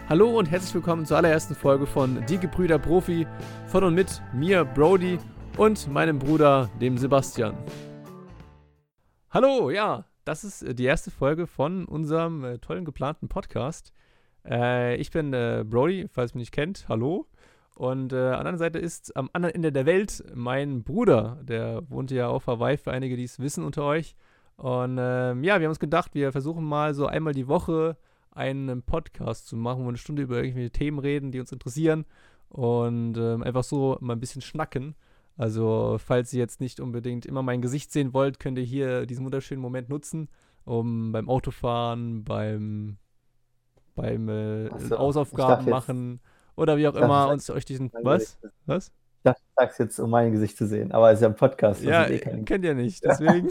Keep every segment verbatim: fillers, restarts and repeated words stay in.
Hallo und herzlich willkommen zur allerersten Folge von Die Gebrüder Profi von und mit mir, Brody, und meinem Bruder, dem Sebastian. Hallo, ja, das ist die erste Folge von unserem äh, tollen geplanten Podcast. Äh, ich bin äh, Brody, falls ihr mich nicht kennt, hallo. Und äh, an der anderen Seite ist am anderen Ende der Welt mein Bruder, der wohnt ja auf Hawaii, für einige, die es wissen unter euch. Und ähm, ja, wir haben uns gedacht, wir versuchen mal so einmal die Woche einen Podcast zu machen, wo wir eine Stunde über irgendwelche Themen reden, die uns interessieren und ähm, einfach so mal ein bisschen schnacken. Also falls ihr jetzt nicht unbedingt immer mein Gesicht sehen wollt, könnt ihr hier diesen wunderschönen Moment nutzen, um beim Autofahren, beim, beim äh, Achso, ich Hausaufgaben dachte jetzt, machen oder wie auch ich dachte, immer du uns sagst euch diesen... mein Was? Gesicht. Was? Ich dachte, du sagst jetzt, um mein Gesicht zu sehen. Aber es ist ja ein Podcast, das Ja, sieht eh kein kennt ihr nicht, Gesicht. deswegen.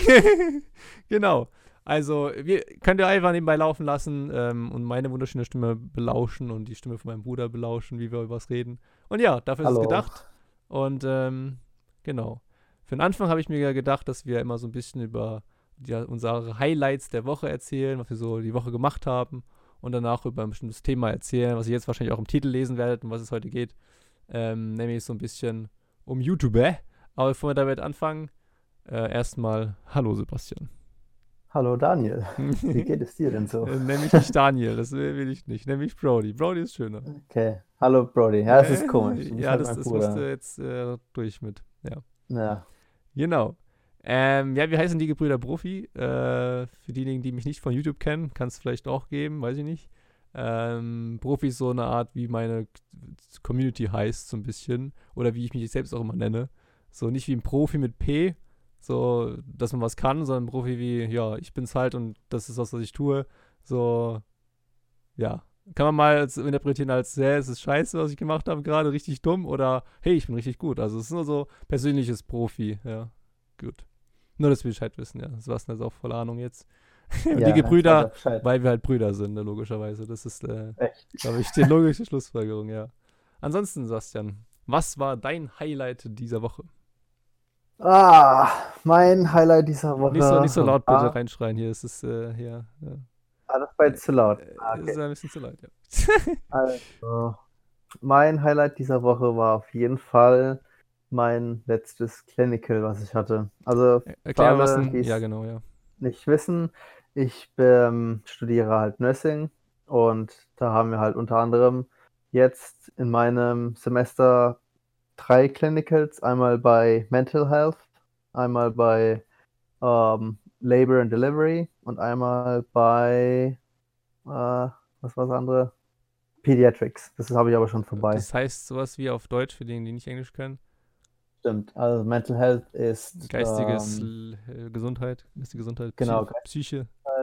Genau. Also, wir könnt ihr einfach nebenbei laufen lassen ähm, und meine wunderschöne Stimme belauschen und die Stimme von meinem Bruder belauschen, wie wir über was reden. Und ja, dafür ist es Hallo. gedacht. Und ähm, genau. Für den Anfang habe ich mir gedacht, dass wir immer so ein bisschen über die, unsere Highlights der Woche erzählen, was wir so die Woche gemacht haben und danach über ein bestimmtes Thema erzählen, was ihr jetzt wahrscheinlich auch im Titel lesen werdet, um was es heute geht. Ähm, nämlich so ein bisschen um YouTube. Aber bevor wir damit anfangen, äh, erstmal Hallo Sebastian. Hallo Daniel. Wie geht es dir denn so? Äh, Nenn mich nicht Daniel, das will, will ich nicht. Nenn mich Brody. Brody ist schöner. Okay. Hallo Brody. Ja, das ist Äh, komisch. Du bist Ja, halt das, mein das musste Bruder. jetzt äh, durch mit. Ja, Ja. genau. Ähm, ja, wir heißen die Gebrüder Profi. Äh, für diejenigen, die mich nicht von YouTube kennen, kann es vielleicht auch geben, weiß ich nicht. Ähm, Profi ist so eine Art, wie meine Community heißt, so ein bisschen. Oder wie ich mich selbst auch immer nenne. So nicht wie ein Profi mit P, so, dass man was kann, sondern ein Profi wie, ja, ich bin's halt und das ist das, was ich tue. So, ja. Kann man mal als, interpretieren als, hä, es ist scheiße, was ich gemacht habe, gerade richtig dumm oder, hey, ich bin richtig gut. Also, es ist nur so persönliches Profi, ja. Gut. Nur, dass wir Bescheid wissen, ja. Das war's jetzt auch voll Ahnung jetzt. Und die Ja, jetzt weiß er Gebrüder, Bescheid. weil wir halt Brüder sind, ne, logischerweise. Das ist, äh, Echt. glaube ich, die logische Schlussfolgerung, ja. Ansonsten, Sebastian, was war dein Highlight dieser Woche? Ah, mein Highlight dieser Nicht so, nicht so Woche laut bitte war... reinschreien hier. Es ist äh, hier. Ja. Ah, das war jetzt zu laut. Ah, Äh, ist okay. ein bisschen zu laut, ja. Also, mein Highlight dieser Woche war auf jeden Fall mein letztes Clinical, was ich hatte. Also für Erklären wir was alle, die ein. Ja, es genau, ja. nicht wissen, ich ähm, studiere halt Nursing und da haben wir halt unter anderem jetzt in meinem Semester drei Clinicals, einmal bei Mental Health, einmal bei ähm, Labor and Delivery und einmal bei, äh, was war das andere? Pediatrics. Das habe ich aber schon vorbei. Das heißt sowas wie auf Deutsch für diejenigen, die nicht Englisch können. Stimmt. Also Mental Health ist Geistiges ähm, L- äh, Gesundheit. Geistige Gesundheit. Psy genau Psyche.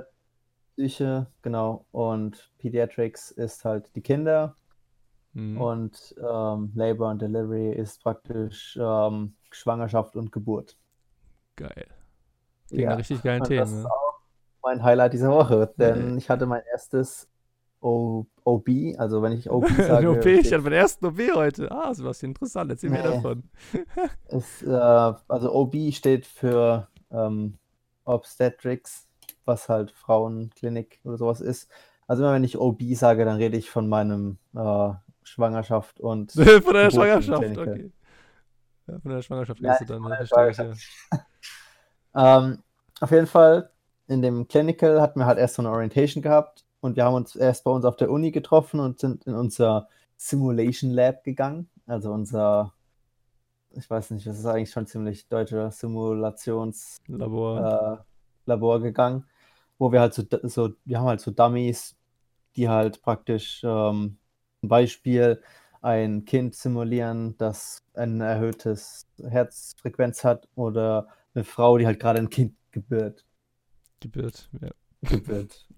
Psyche, genau. Und Pediatrics ist halt die Kinder. Mhm. Und ähm, Labor and Delivery ist praktisch ähm, Schwangerschaft und Geburt. Geil. Klingt nach Ja, richtig geilen und das Themen, ist ne? auch mein Highlight dieser Woche, Äh, denn ich hatte mein erstes O- OB, also wenn ich O B Eine O P, sage, ich steht hatte meinen ersten O P heute. Ah, Sebastian, interessant. Erzähl mehr nee, davon. ist, äh, also O B steht für ähm, Obstetrics, was halt Frauenklinik oder sowas ist. Also immer wenn ich O B sage, dann rede ich von meinem äh, Schwangerschaft und Von der Geburten Schwangerschaft, Clinical. okay. Ja, von der Schwangerschaft Ja, redest du ich dann, von ne? der Verstehe ich, ja. Schwangerschaft. Ähm, auf jeden Fall, in dem Clinical hatten wir halt erst so eine Orientation gehabt und wir haben uns erst bei uns auf der Uni getroffen und sind in unser Simulation Lab gegangen. Also unser, ich weiß nicht, das ist eigentlich schon ziemlich deutscher Simulationslabor Labor. äh, Labor gegangen, wo wir halt so, so, wir haben halt so Dummies, die halt praktisch ähm, zum Beispiel ein Kind simulieren, das ein erhöhtes Herzfrequenz hat oder eine Frau, die halt gerade ein Kind gebärt. Gebührt, ja. Gebärt.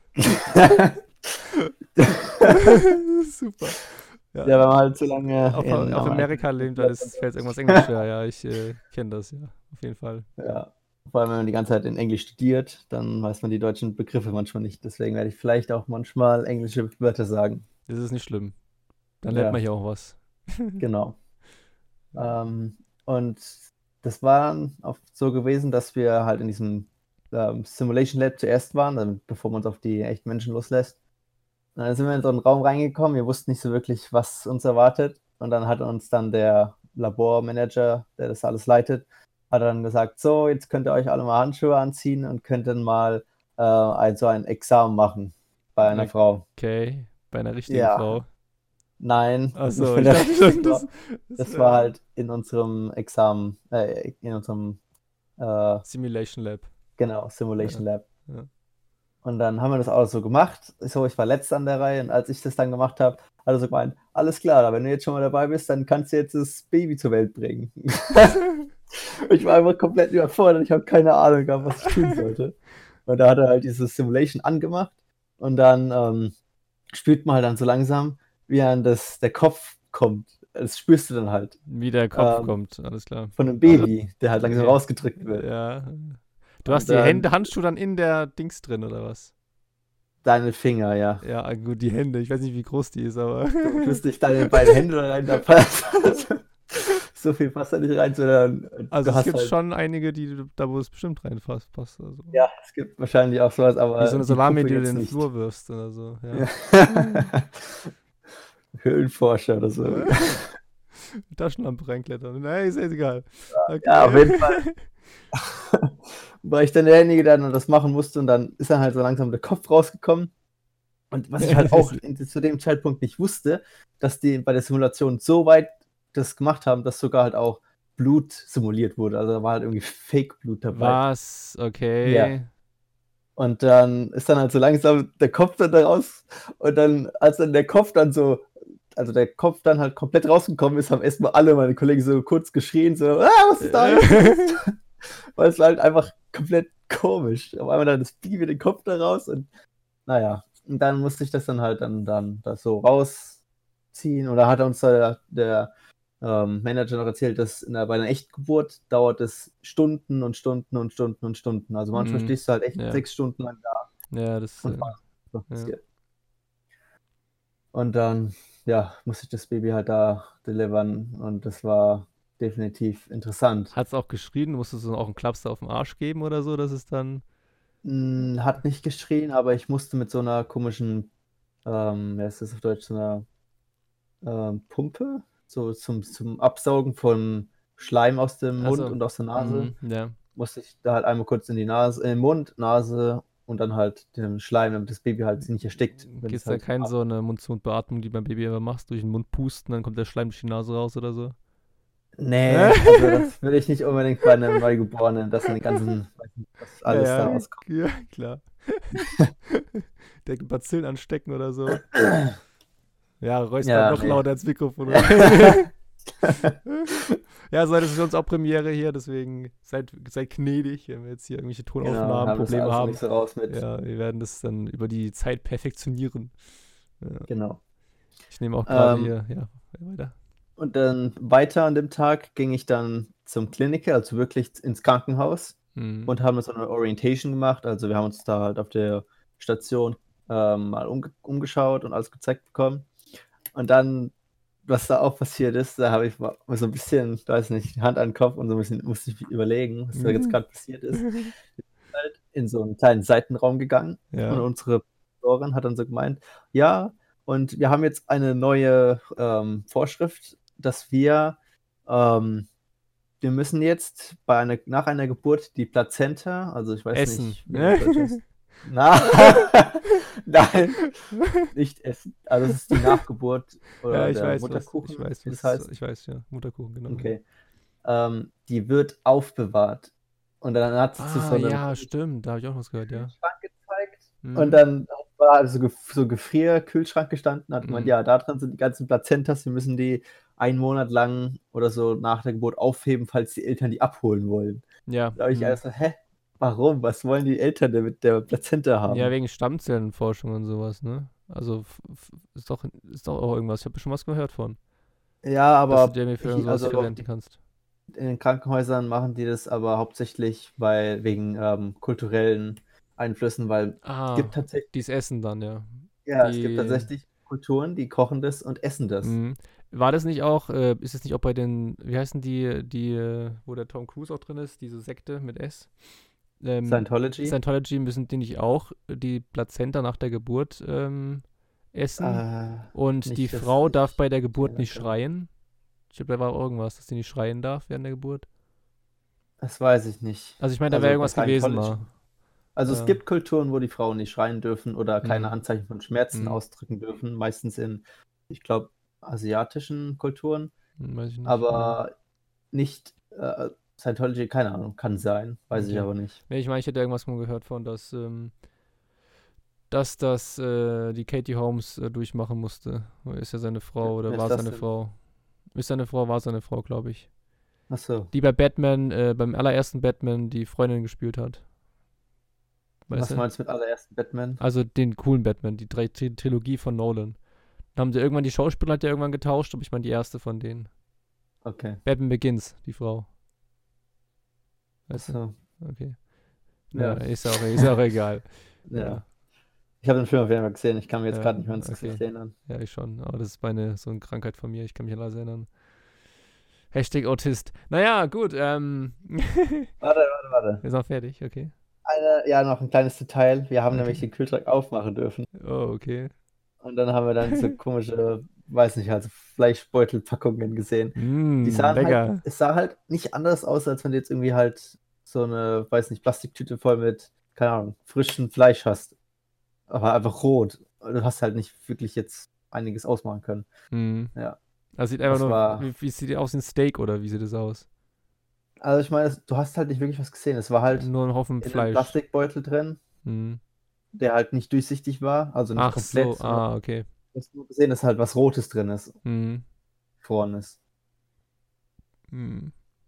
Super. Ja, Ja, wenn man halt so lange auf, in auf Amerika lebt, dann ist, fällt irgendwas Englisch schwer. Ja, ich äh, kenne das, ja. Auf jeden Fall. Ja, vor allem wenn man die ganze Zeit in Englisch studiert, dann weiß man die deutschen Begriffe manchmal nicht. Deswegen werde ich vielleicht auch manchmal englische Wörter sagen. Das ist nicht schlimm. Dann lernt man Ja, hier auch was. genau. Ähm, und das war dann auch so gewesen, dass wir halt in diesem ähm, Simulation Lab zuerst waren, dann, bevor man uns auf die echten Menschen loslässt. Und dann sind wir in so einen Raum reingekommen, wir wussten nicht so wirklich, was uns erwartet. Und dann hat uns dann der Labormanager, der das alles leitet, hat dann gesagt, so, jetzt könnt ihr euch alle mal Handschuhe anziehen und könnt dann mal äh, also ein Examen machen bei einer Okay. Frau. Okay, bei einer richtigen Ja, Frau. nein, nicht Achso, bei ich der dachte schon, richtigen Frau. das, das Das war wäre halt in unserem Examen, äh, in unserem, äh, Simulation Lab. genau, Simulation Lab. Ja. Und dann haben wir das auch so gemacht. So, ich war letzter an der Reihe und als ich das dann gemacht habe, hat er so gemeint, alles klar, wenn du jetzt schon mal dabei bist, dann kannst du jetzt das Baby zur Welt bringen. Ich war einfach komplett überfordert, ich habe keine Ahnung gehabt, was ich tun sollte. Und da hat er halt diese Simulation angemacht und dann ähm, spürt man halt dann so langsam, wie an das, der Kopf kommt. Das spürst du dann halt. Wie der Kopf Ähm, kommt, alles klar. von einem Baby, der halt langsam Okay. rausgedrückt wird. Ja. Du Und hast die dann- Hände, Handschuhe dann in der Dings drin, oder was? Deine Finger, ja. Ja, gut, die Hände. Ich weiß nicht, wie groß die ist, aber. Du tust nicht deine beiden Hände da rein, da passt. So viel passt da nicht rein, sondern Also du es hast gibt halt, schon einige, die du- da wo es bestimmt reinpasst. Passt, also. ja, es gibt wahrscheinlich auch sowas, aber Wie so eine die Salami, Puppe die du jetzt in den nicht. Flur wirfst oder so. Ja. Ja. Höhlenforscher oder so. Taschenlampe reinklettern. Nein, ist jetzt egal. Okay. Ja, auf jeden Fall. Weil ich dann derjenige, der dann das machen musste und dann ist dann halt so langsam der Kopf rausgekommen. Und was ich halt auch in, zu dem Zeitpunkt nicht wusste, dass die bei der Simulation so weit das gemacht haben, dass sogar halt auch Blut simuliert wurde. Also da war halt irgendwie Fake-Blut dabei. Was? Okay. Ja. Und dann ist dann halt so langsam der Kopf dann da raus. Und dann, als dann der Kopf dann so, also der Kopf dann halt komplett rausgekommen ist, haben erstmal alle meine Kollegen so kurz geschrien, so, ah, was ist da? Weil es war halt einfach komplett komisch. Auf einmal dann das Baby den Kopf da raus und naja. Und dann musste ich das dann halt dann, dann das so rausziehen. Oder hat uns der, der ähm, Manager noch erzählt, dass in der, bei einer Echtgeburt dauert es Stunden und Stunden und Stunden und Stunden. Also manchmal Mhm. stehst du halt echt Ja. sechs Stunden lang da Ja, das. und Äh, wartest, was ja. passiert. Und dann, ja, musste ich das Baby halt da delivern und das war definitiv interessant. Hat es auch geschrien? Musstest du auch einen Klapster auf den Arsch geben oder so, dass es dann. Hm, hat nicht geschrien, aber ich musste mit so einer komischen, ähm, wie heißt das auf Deutsch, so einer ähm, Pumpe, so zum, zum Absaugen von Schleim aus dem Mund Also, und aus der Nase, mhm, ja. musste ich da halt einmal kurz in die Nase, in den Mund, Nase und dann halt den Schleim, damit das Baby halt nicht erstickt. wenn Gibt es es da halt keine ab- so eine Mund-zu-Mund-Beatmung, die beim Baby immer machst, durch den Mund pusten, dann kommt der Schleim durch die Nase raus oder so? Nee, also das würde ich nicht unbedingt bei einem Neugeborenen, dass dann die ganzen, weiß nicht, was alles ja, da ja, rauskommt. ja, klar. Der Bazillen anstecken oder so. Ja, räusper Ja, noch nee. lauter ins Mikrofon. Ja, so, das ist für uns auch Premiere hier, deswegen seid, seid gnädig, wenn wir jetzt hier irgendwelche Genau, Tonaufnahmen, haben das Probleme alles noch haben. nicht so raus mit. Ja, wir werden das dann über die Zeit perfektionieren. Ja. Genau. Ich nehme auch gerade Ähm, hier, ja, weiter. Und dann weiter an dem Tag ging ich dann zum Kliniker, also wirklich ins Krankenhaus Mhm. und haben so eine Orientation gemacht. Also wir haben uns da halt auf der Station ähm, mal umge umgeschaut und alles gezeigt bekommen. Und dann, was da auch passiert ist, da habe ich mal so ein bisschen, ich weiß nicht, Hand an den Kopf und so ein bisschen musste ich überlegen, was da jetzt Mhm. gerade passiert ist. Wir sind halt in so einen kleinen Seitenraum gegangen und Ja. unsere Professorin hat dann so gemeint, ja, und wir haben jetzt eine neue ähm, Vorschrift, dass wir, ähm, wir müssen jetzt bei einer, nach einer Geburt die Plazenta, also ich weiß Essen. nicht, wie das Deutsch heißt. Na, nein, nicht essen. Also es ist die Nachgeburt oder Ja, ich der weiß, was, Mutterkuchen, ich weiß, wie das was, heißt. ich weiß, ja, Mutterkuchen, genau. Okay. Ähm, die wird aufbewahrt. Und dann hat sie zu Ah, so einem ja, stimmt, da habe ich auch was gehört, ja. Kühlschrank gezeigt. Mhm. Und dann war also so, Gef- so Gefrierkühlschrank gestanden, hat gemeint, Mhm. ja, da drin sind die ganzen Plazentas, wir müssen die einen Monat lang oder so nach der Geburt aufheben, falls die Eltern die abholen wollen. Ja. Da habe ich mhm. erst so, hä? Warum? Was wollen die Eltern denn mit der Plazenta haben? Ja, wegen Stammzellenforschung und sowas, ne? Also f- f- ist doch, ist doch auch irgendwas. Ich habe schon was gehört von. Ja, Dass aber du dir mir für ich, sowas also verwenden kannst. in den Krankenhäusern machen die das aber hauptsächlich weil, wegen ähm, kulturellen Einflüssen, weil es Ah, gibt tatsächlich, dies Essen dann, ja. ja, es gibt Die, tatsächlich Kulturen, die kochen das und essen das. Mhm. War das nicht auch, äh, ist es nicht auch bei den, wie heißen die, die, äh, wo der Tom Cruise auch drin ist, diese Sekte mit S? Ähm, Scientology? Scientology müssen die nicht auch die Plazenta nach der Geburt ähm, essen. Äh, Und nicht, die dass Frau darf ich bei der Geburt erinnern nicht kann. schreien. Ich glaube, da war irgendwas, dass sie nicht schreien darf während der Geburt. Das weiß ich nicht. Also ich meine, da wäre Also bei irgendwas gewesen Scientology. mal. Also es Äh, gibt Kulturen, wo die Frauen nicht schreien dürfen oder keine hm, Anzeichen von Schmerzen hm, ausdrücken dürfen. Meistens in, ich glaube, asiatischen Kulturen. hm, weiß ich nicht. Hm, Aber nicht äh, Scientology, keine Ahnung, kann sein. Weiß ich okay. aber nicht. Nee, ich meine, ich hätte irgendwas mal gehört von, dass, ähm, dass das äh, die Katie Holmes äh, durchmachen musste. Ist ja seine Frau oder Wer war ist das seine denn? Frau? Ist seine Frau, war seine Frau, glaube ich. Achso. Die bei Batman, äh, beim allerersten Batman die Freundin gespielt hat. Weißt Was du? meinst du mit allerersten Batman? Also den coolen Batman, die drei Tri Trilogie von Nolan. Da haben sie irgendwann, die Schauspieler hat ja irgendwann getauscht, aber ich meine die erste von denen. Okay. Batman Begins, die Frau. Weißt du? Achso. Okay. Ja, Ja. ist auch, ist auch egal. Ja. Ja, Ich habe den Film auf jeden Fall gesehen. Ich kann mir jetzt ja, gerade nicht mehr ins okay. Gesicht erinnern. Ja, ich schon. Aber das ist meine, so eine Krankheit von mir. Ich kann mich an alles erinnern. Hashtag Autist. Naja, gut. Ähm, Warte, warte, warte. wir sind fertig, okay. Eine, ja, noch ein kleines Detail. Wir haben Okay. nämlich den Kühlschrank aufmachen dürfen. Oh, okay. Und dann haben wir dann so komische, weiß nicht, also Fleischbeutelpackungen gesehen. Die Mm, sahen halt, lecker. es sah halt nicht anders aus, als wenn du jetzt irgendwie halt so eine, weiß nicht, Plastiktüte voll mit, keine Ahnung, frischem Fleisch hast. Aber einfach rot. Du hast halt nicht wirklich jetzt einiges ausmachen können. Mm. Ja, Also sieht einfach das nur, war, wie, wie sieht die aus, ein Steak oder wie sieht es aus? also ich meine, du hast halt nicht wirklich was gesehen. Es war halt Nur ein Haufen in einem Fleisch. Plastikbeutel drin, Mm. der halt nicht durchsichtig war, also nicht Ach komplett, so, sondern ah, okay. du hast nur gesehen, dass halt was Rotes drin ist, Mm. vorne ist. Mm.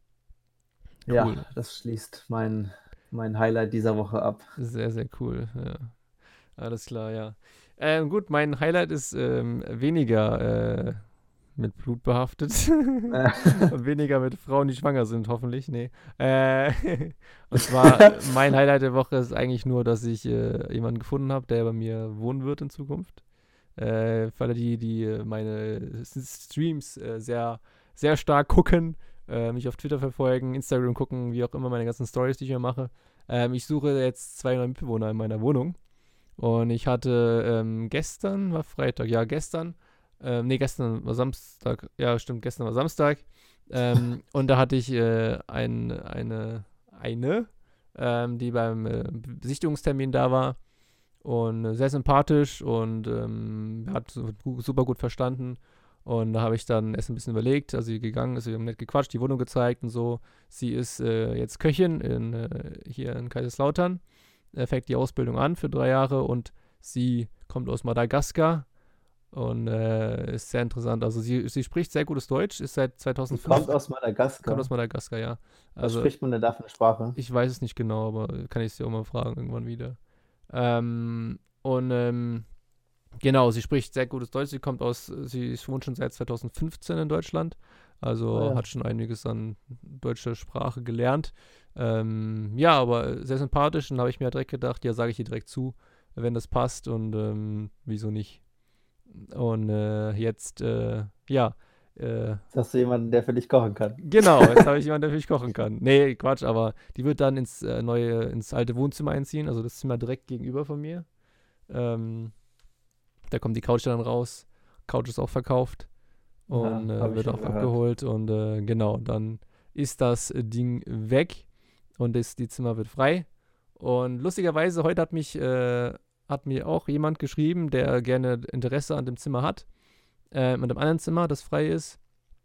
Ja, Cool. das schließt mein, mein Highlight dieser Woche ab. Sehr, sehr cool. Ja. Alles klar, ja. Ähm, gut, mein Highlight ist ähm, weniger äh, mit Blut behaftet Äh, und weniger mit Frauen, die schwanger sind, hoffentlich. Nee. Äh, und zwar, mein Highlight der Woche ist eigentlich nur, dass ich äh, jemanden gefunden habe, der bei mir wohnen wird in Zukunft. Äh, für alle, die, die äh, meine Streams äh, sehr, sehr stark gucken, äh, mich auf Twitter verfolgen, Instagram gucken, wie auch immer, meine ganzen Stories, die ich hier mache. Ähm, ich suche jetzt zwei neue Mitbewohner in meiner Wohnung. Und ich hatte ähm, gestern, war Freitag, ja, gestern, ähm, nee, gestern war Samstag, ja, stimmt, gestern war Samstag. Ähm, und da hatte ich äh, ein, eine, eine, ähm, die beim äh, Besichtigungstermin da war. Und äh, sehr sympathisch und ähm, hat so, gu- super gut verstanden. Und da habe ich dann erst ein bisschen überlegt, als sie gegangen ist, wir haben nett gequatscht, die Wohnung gezeigt und so. Sie ist äh, jetzt Köchin in, äh, hier in Kaiserslautern, äh, fängt die Ausbildung an für drei Jahre und sie kommt aus Madagaskar und äh, ist sehr interessant. Also sie, sie spricht sehr gutes Deutsch, ist seit Die zweitausendfünf, kommt aus kommt aus Madagaskar. Madagaskar, ja. Was Also spricht man denn da für eine Sprache? ich weiß es nicht genau, aber kann ich sie auch mal fragen irgendwann wieder. Ähm, und ähm, genau, sie spricht sehr gutes Deutsch. Sie kommt aus, sie wohnt schon seit zweitausendfünfzehn in Deutschland. Ah Also ja. hat schon einiges an deutscher Sprache gelernt. Ähm, ja, aber sehr sympathisch. Und habe ich mir direkt gedacht, ja, sage ich ihr direkt zu, wenn das passt und ähm, wieso nicht. Und äh, jetzt, äh, ja, äh, Jetzt hast du jemanden, der für dich kochen kann. genau, jetzt habe ich jemanden, der für mich kochen kann. Nee, Quatsch, aber die wird dann ins äh, neue, ins alte Wohnzimmer einziehen, also das Zimmer direkt gegenüber von mir. Ähm, Da kommt die Couch dann raus. Couch ist auch verkauft Ja, und äh, habe ich wird schon auch gehört. abgeholt. Und äh, genau, dann ist das Ding weg und das, die Zimmer wird frei. Und lustigerweise, heute hat mich, äh, hat mir auch jemand geschrieben, der gerne Interesse an dem Zimmer hat. Äh, mit einem anderen Zimmer, das frei ist.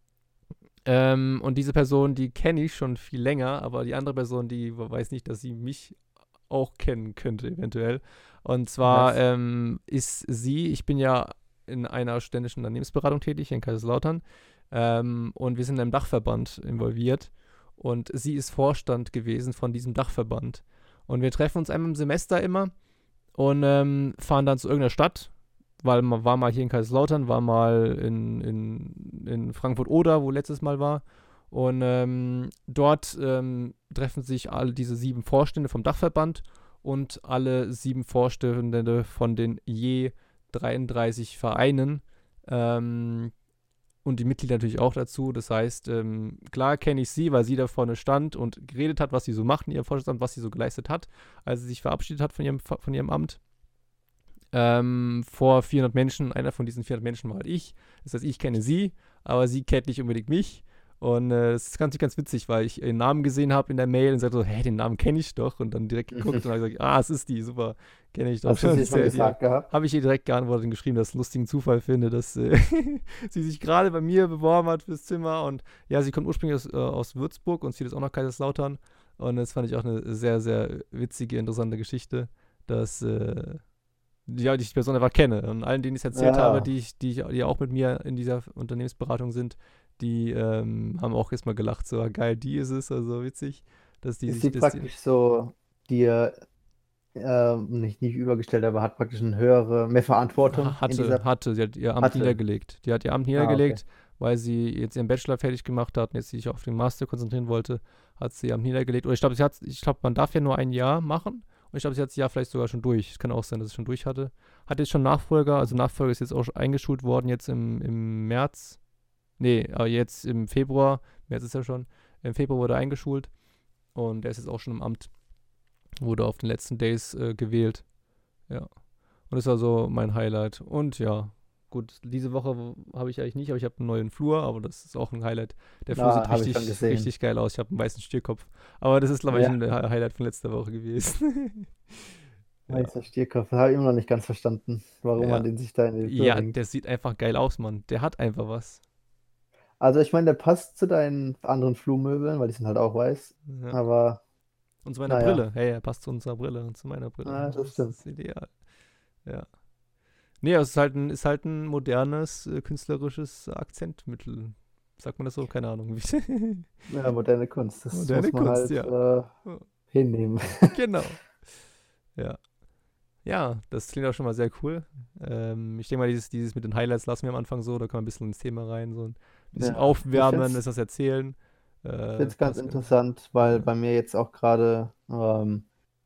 Ähm, und diese Person, die kenne ich schon viel länger, aber die andere Person, die weiß nicht, dass sie mich auch kennen könnte, eventuell. Und zwar Was? ähm, ist sie, ich bin ja in einer ständischen Unternehmensberatung tätig hier in Kaiserslautern ähm, und wir sind in einem Dachverband involviert und sie ist Vorstand gewesen von diesem Dachverband. Und wir treffen uns einmal im Semester immer und ähm, fahren dann zu irgendeiner Stadt, weil man war mal hier in Kaiserslautern, war mal in, in, in Frankfurt-Oder, wo letztes Mal war. Und ähm, dort ähm, treffen sich all diese sieben Vorstände vom Dachverband und alle sieben Vorstände von den je dreiunddreißig Vereinen. Ähm, und die Mitglieder natürlich auch dazu. Das heißt, ähm, klar kenne ich sie, weil sie da vorne stand und geredet hat, was sie so macht in ihrem Vorstand, was sie so geleistet hat, als sie sich verabschiedet hat von ihrem, von ihrem Amt. ähm, vor vierhundert Menschen. Einer von diesen vierhundert Menschen war halt ich. Das heißt, ich kenne sie, aber sie kennt nicht unbedingt mich. Und äh, das ist ganz, ganz witzig, weil ich den Namen gesehen habe in der Mail und sagte so, hä, den Namen kenne ich doch. Und dann direkt geguckt und habe gesagt, ah, es ist die, super, kenne ich doch. Hast du sie schon gesagt gehabt? Habe ich ihr direkt geantwortet und geschrieben, dass ich einen lustigen Zufall finde, dass äh, sie sich gerade bei mir beworben hat fürs Zimmer. Und ja, sie kommt ursprünglich aus, äh, aus Würzburg und zieht jetzt auch nach Kaiserslautern. Und das fand ich auch eine sehr, sehr witzige, interessante Geschichte, dass äh, ja, die ich die Person einfach kenne. Und allen, denen ich es erzählt Ja. habe, die, ich, die, ich, die auch mit mir in dieser Unternehmensberatung sind, die ähm, haben auch erstmal gelacht, so geil, die ist es, also witzig, dass die Ist sich sie das. praktisch so dir äh, nicht, nicht übergestellt, aber hat praktisch eine höhere, mehr Verantwortung in Hatte, dieser. hatte, sie hat ihr Amt Hatte. niedergelegt. Die hat ihr Amt Ah, niedergelegt, okay. weil sie jetzt ihren Bachelor fertig gemacht hat und jetzt sich auf den Master konzentrieren wollte, hat sie ihr Amt niedergelegt. Oder ich glaube, sie hat, ich glaube, man darf ja nur ein Jahr machen. Und ich glaube, sie hat das Jahr vielleicht sogar schon durch. Es kann auch sein, dass sie schon durch hatte. Hat jetzt schon Nachfolger, also Nachfolger ist jetzt auch schon eingeschult worden, jetzt im, im März. Nee, aber jetzt im Februar. März ist ja schon. Im Februar wurde er eingeschult. Und er ist jetzt auch schon im Amt. Wurde auf den letzten Days äh, gewählt. Ja. Und das war so mein Highlight. Und ja, gut, diese Woche habe ich eigentlich nicht, aber ich habe einen neuen Flur, aber das ist auch ein Highlight. Der Flur Ja, sieht habe ich schon richtig, gesehen. richtig geil aus. Ich habe einen weißen Stierkopf. Aber das ist, glaube ich, Ja. ein Hi- Highlight von letzter Woche gewesen. Ja. Weißer Stierkopf. Habe ich immer noch nicht ganz verstanden, warum Ja. man den sich da in den Flur Ja, hängt. der sieht einfach geil aus, Mann. Der hat einfach was. Also ich meine, der passt zu deinen anderen Flurmöbeln, weil die sind halt auch weiß. Ja. Aber Und zu meiner naja, Brille. Hey, er passt zu unserer Brille und zu meiner Brille. ah, das stimmt. ist ideal. Ja. Nee, es ist halt ein, ist halt ein modernes, äh, künstlerisches Akzentmittel. Sagt man das so? Keine Ahnung. Ja, moderne Kunst. Das Moderne muss man Kunst, halt ja. äh, hinnehmen. Genau. Ja. Ja, das klingt auch schon mal sehr cool. Ähm, ich denke mal, dieses, dieses mit den Highlights lassen wir am Anfang so, da kann man ein bisschen ins Thema rein, so ein bisschen Ja, ich aufwärmen, find's- ist das erzählen. Ich Äh, finde es ganz passt interessant, weil Ja. bei mir jetzt auch gerade ähm,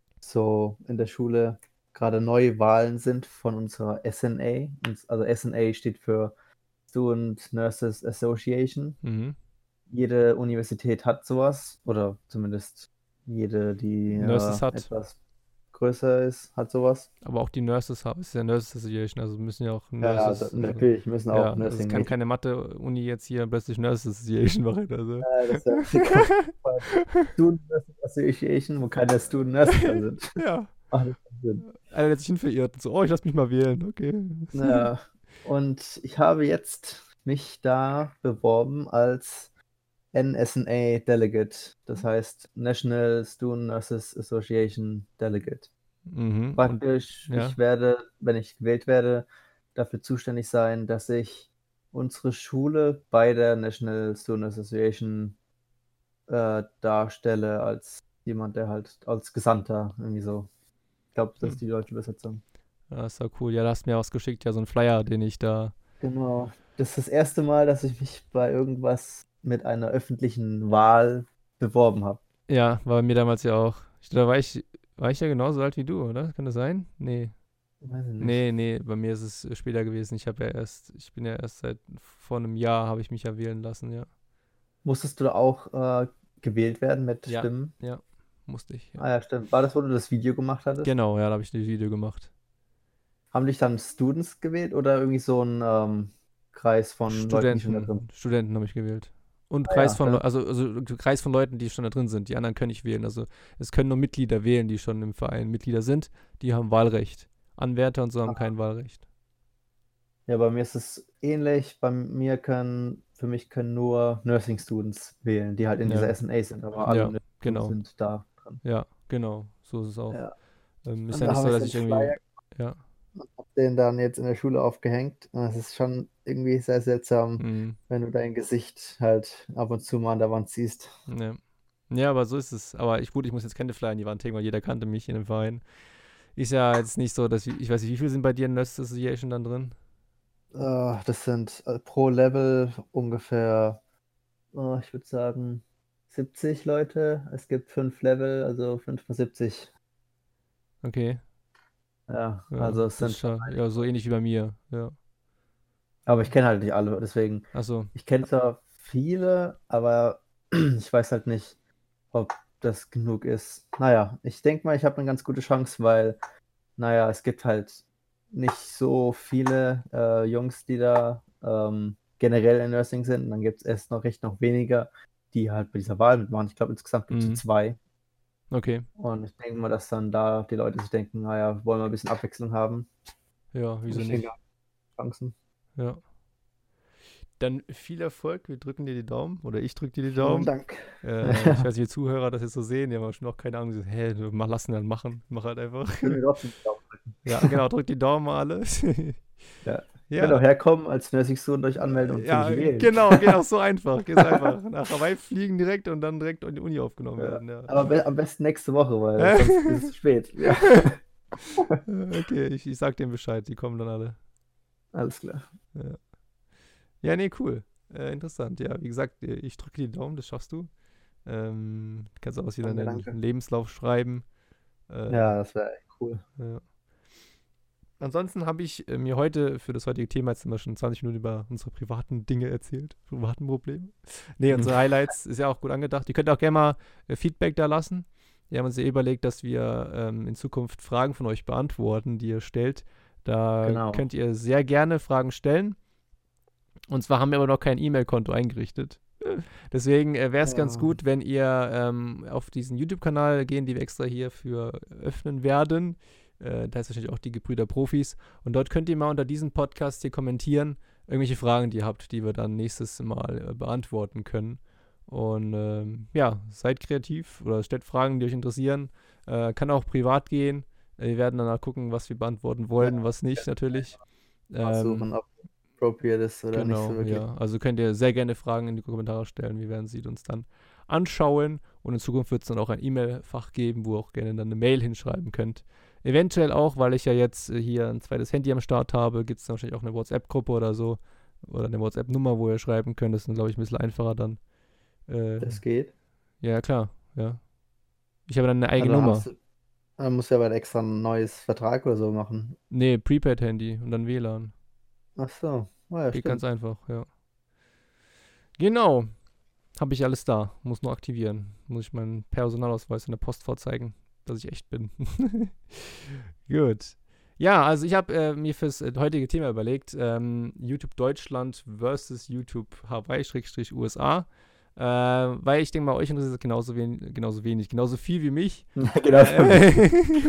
so in der Schule gerade neue Wahlen sind von unserer S N A. Und- Also S N A steht für Student Nurses Association. Mhm. Jede Universität hat sowas, oder zumindest jede, die Nurses äh, hat. etwas größer ist, hat sowas. Aber auch die Nurses haben, es ist ja Nurses Association, also müssen ja auch Ja, Nurses. also natürlich müssen ja, auch also es Nursing kann nicht. keine Mathe-Uni jetzt hier plötzlich Nurses Association machen. Also. Äh, das wäre Student Nurses Association, wo keine Student Nurses da sind. Ja. Macht das keinen Sinn. Einer, der sich hin verirrt und so, oh, ich lass mich mal wählen, okay. Ja, und ich habe jetzt mich da beworben als N S N A Delegate, das heißt National Student Nurses Association Delegate. Mhm. Und, Praktisch, ja. ich werde, wenn ich gewählt werde, dafür zuständig sein, dass ich unsere Schule bei der National Student Association äh, darstelle als jemand, der halt als Gesandter irgendwie so. Ich glaube, das ist die deutsche Übersetzung. Ja, ist ja cool. Ja, da hast du mir was geschickt, ja, so ein Flyer, den ich da. Genau. Das ist das erste Mal, dass ich mich bei irgendwas mit einer öffentlichen Wahl beworben habe. Ja, war bei mir damals ja auch. Ich, da war ich, war ich ja genauso alt wie du, oder? Kann das sein? Nee. Weiß ich nicht. Nee, nee, bei mir ist es äh, später gewesen. Ich habe ja erst, ich bin ja erst seit vor einem Jahr habe ich mich ja wählen lassen, ja. Musstest du da auch äh, gewählt werden mit Ja. Stimmen? Ja, musste ich. Ja. Ah ja, stimmt. War das, wo du das Video gemacht hattest? Genau, ja, da habe ich ein Video gemacht. Haben dich dann Students gewählt oder irgendwie so ein ähm, Kreis von Leuten, die schon da drin Studenten, Studenten habe ich gewählt. Und Ah Kreis ja, von dann- Leu- also, also Kreis von Leuten, die schon da drin sind. Die anderen können nicht wählen. Also es können nur Mitglieder wählen, die schon im Verein Mitglieder sind. Die haben Wahlrecht. Anwärter und so haben Ah. kein Wahlrecht. Ja, bei mir ist es ähnlich. Bei mir können, für mich können nur Nursing Students wählen, die halt in Ja. dieser S N A sind, aber alle Ja, Nursing genau. sind da drin. Ja, genau. So ist es auch. Ja. Ähm, ist Und ja da nicht so, habe dass ich ich so einen irgendwie. Flyer Ja. und habe den dann jetzt in der Schule aufgehängt. Und es ist schon irgendwie sehr seltsam, Mhm. wenn du dein Gesicht halt ab und zu mal an der Wand siehst. Ja. Ja, aber so ist es. Aber ich, gut, ich muss jetzt keine Flyer an die Wand hängen, weil jeder kannte mich in dem Verein. Ist ja jetzt nicht so, dass ich, ich weiß nicht, wie viele sind bei dir in Nurses Association dann drin? Äh, das sind äh, pro Level ungefähr, äh, ich würde sagen, siebzig Leute. Es gibt fünf Level, also fünf mal siebzig. Okay. Ja, Ja, also es das sind ist schon, ja, so ähnlich wie bei mir. Ja. Aber ich kenne halt nicht alle, deswegen. Achso. Ich kenne zwar viele, aber ich weiß halt nicht, ob das genug ist. Naja, ich denke mal, ich habe eine ganz gute Chance, weil, naja, es gibt halt nicht so viele äh, Jungs, die da ähm, generell in Nursing sind. Und dann gibt es erst noch recht noch weniger, die halt bei dieser Wahl mitmachen. Ich glaube, insgesamt gibt es Mhm. so zwei. Okay. Und ich denke mal, dass dann da die Leute sich denken, naja, wollen wir ein bisschen Abwechslung haben. Ja, wieso Ich nicht? denke, Chancen. Ja. Dann viel Erfolg. Wir drücken dir die Daumen. Oder ich drücke dir die Vielen Daumen. Dank. Äh, ich weiß nicht, wie Zuhörer das jetzt so sehen. Die haben schon noch keine Ahnung. So, hä, du mach, lass ihn dann machen. Mach halt einfach. Ich will mir trotzdem die Daumen drücken. Ja, genau. Drückt die Daumen mal alle. Ja. Ihr könnt Ja. auch herkommen, als Nursing-Student euch anmelden und für Ja, mich wählen. genau. Geht auch so einfach. Geht einfach. Nach Hawaii fliegen direkt und dann direkt in die Uni aufgenommen Ja. werden. Ja. Aber be am besten nächste Woche, weil sonst ist es zu spät. Ja. Okay, ich, ich sag denen Bescheid. Die kommen dann alle. Alles klar. Ja, ja nee, cool. Äh, interessant. Ja, wie gesagt, äh, ich drücke die Daumen, das schaffst du. Ähm, kannst auch was wieder in Danke, deinen danke. Lebenslauf schreiben. Äh, Ja, das wäre echt cool. ja. Ansonsten habe ich äh, mir heute für das heutige Thema jetzt immer schon zwanzig Minuten über unsere privaten Dinge erzählt, privaten Probleme. Nee, unsere Highlights ist ja auch gut angedacht. Ihr könnt auch gerne mal äh, Feedback da lassen. Wir haben uns ja überlegt, dass wir ähm, in Zukunft Fragen von euch beantworten, die ihr stellt. Da Genau. könnt ihr sehr gerne Fragen stellen. Und zwar haben wir aber noch kein E-Mail-Konto eingerichtet. Deswegen äh, wäre es Ja. ganz gut, wenn ihr ähm, auf diesen YouTube-Kanal gehen, die wir extra hier für öffnen werden. Äh, da ist wahrscheinlich auch die Gebrüder Profis. Und dort könnt ihr mal unter diesem Podcast hier kommentieren, irgendwelche Fragen, die ihr habt, die wir dann nächstes Mal äh, beantworten können. Und ähm, ja, seid kreativ oder stellt Fragen, die euch interessieren. Äh, kann auch privat gehen. Äh, wir werden dann mal gucken, was wir beantworten wollen, Ja, was nicht, natürlich. Mal suchen, ob appropriate ist oder nicht so Genau, wirklich. ja. Also könnt ihr sehr gerne Fragen in die Kommentare stellen. Wir werden sie uns dann anschauen. Und in Zukunft wird es dann auch ein E-Mail-Fach geben, wo ihr auch gerne dann eine Mail hinschreiben könnt. Eventuell auch, weil ich ja jetzt äh, hier ein zweites Handy am Start habe, gibt es dann wahrscheinlich auch eine WhatsApp-Gruppe oder so. Oder eine WhatsApp-Nummer, wo ihr schreiben könnt. Das ist, glaube ich, ein bisschen einfacher dann. Äh, Das geht. ja, klar, ja. Ich habe dann eine eigene Also Nummer. hast du, dann musst du aber extra ein neues Vertrag oder so machen. Nee, Prepaid-Handy und dann W L A N. Ach so. Oh, ja, Geht stimmt. ganz einfach, ja. Genau. Habe ich alles da. Muss nur aktivieren. Muss ich meinen Personalausweis in der Post vorzeigen, dass ich echt bin. Gut. Ja, also ich habe äh, mir fürs äh, heutige Thema überlegt, ähm, YouTube Deutschland versus YouTube Hawaii-U S A. Äh, weil ich denke mal, euch interessiert es genauso, wen genauso wenig, genauso viel wie mich. Genau. Äh,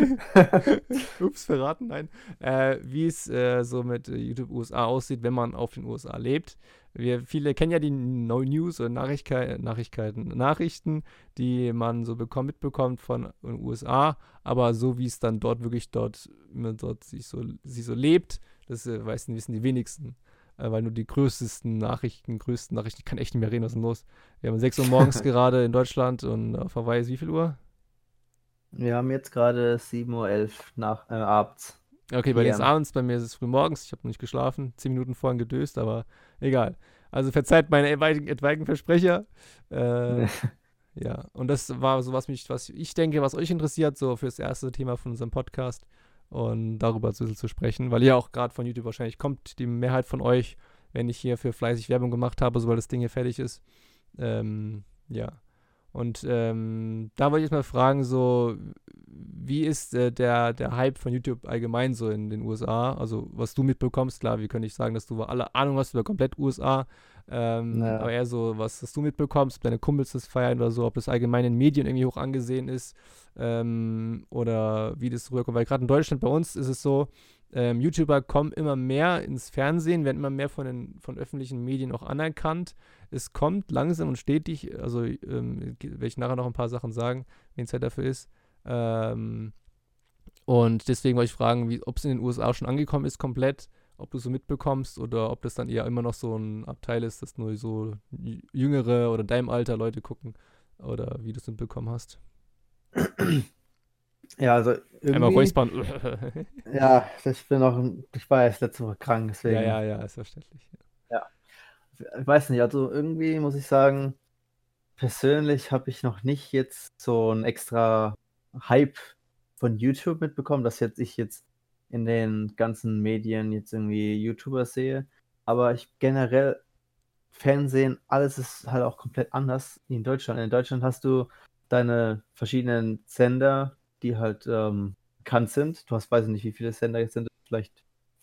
Ups, verraten, nein. Äh, wie es äh, so mit äh, YouTube U S A aussieht, wenn man auf den U S A lebt. Wir viele kennen ja die No News oder Nachrichkeit, Nachrichten, Nachrichten, die man so bekommt, mitbekommt von den U S A, aber so wie es dann dort wirklich dort, wie man dort sich so, sich so lebt, das äh, weiß, wissen die wenigsten. Äh, weil nur die größten Nachrichten, größten Nachrichten, ich kann echt nicht mehr reden, was ist denn los? Wir haben sechs Uhr morgens gerade in Deutschland und auf Hawaii ist wie viel Uhr? Wir haben jetzt gerade sieben Uhr elf nach äh, abends. Okay, bei dir ist P M. abends, bei mir ist es früh morgens. Ich habe noch nicht geschlafen, zehn Minuten vorhin gedöst, aber egal. Also verzeiht meine etwaigen, etwaigen Versprecher. Äh, ja, und das war so, was mich, was ich denke, was euch interessiert, so fürs erste Thema von unserem Podcast und darüber zu, zu sprechen, weil ihr auch gerade von YouTube wahrscheinlich kommt, die Mehrheit von euch, wenn ich hier für fleißig Werbung gemacht habe, sobald das Ding hier fertig ist. Ähm, ja. Und ähm, da wollte ich jetzt mal fragen, so, wie ist äh, der, der Hype von YouTube allgemein so in den U S A? Also, was du mitbekommst, klar, wir können nicht sagen, dass du alle Ahnung hast über komplett U S A, ähm, Naja. aber eher so, was, was du mitbekommst, ob deine Kumpels das feiern oder so, ob das allgemein in Medien irgendwie hoch angesehen ist ähm, oder wie das rüberkommt. Weil gerade in Deutschland bei uns ist es so, ähm, YouTuber kommen immer mehr ins Fernsehen, werden immer mehr von den von öffentlichen Medien auch anerkannt. Es kommt langsam und stetig, also ähm, werde ich nachher noch ein paar Sachen sagen, wenn Zeit dafür ist. Ähm, und deswegen wollte ich fragen, ob es in den U S A schon angekommen ist, komplett, ob du so mitbekommst oder ob das dann eher immer noch so ein Abteil ist, dass nur so jüngere oder deinem Alter Leute gucken oder wie du es mitbekommen hast. Ja, also irgendwie. Einmal räuspern. Ja, ich bin noch, ich war erst letzte Woche krank, deswegen. Ja, ja, ja, ist verständlich. Ja. Ich weiß nicht, also irgendwie muss ich sagen, persönlich habe ich noch nicht jetzt so einen extra Hype von YouTube mitbekommen, dass jetzt ich jetzt in den ganzen Medien jetzt irgendwie YouTuber sehe. Aber ich generell Fernsehen, alles ist halt auch komplett anders wie in Deutschland. In Deutschland hast du deine verschiedenen Sender, die halt ähm, bekannt sind. Du hast, weiß ich nicht, wie viele Sender jetzt sind, vielleicht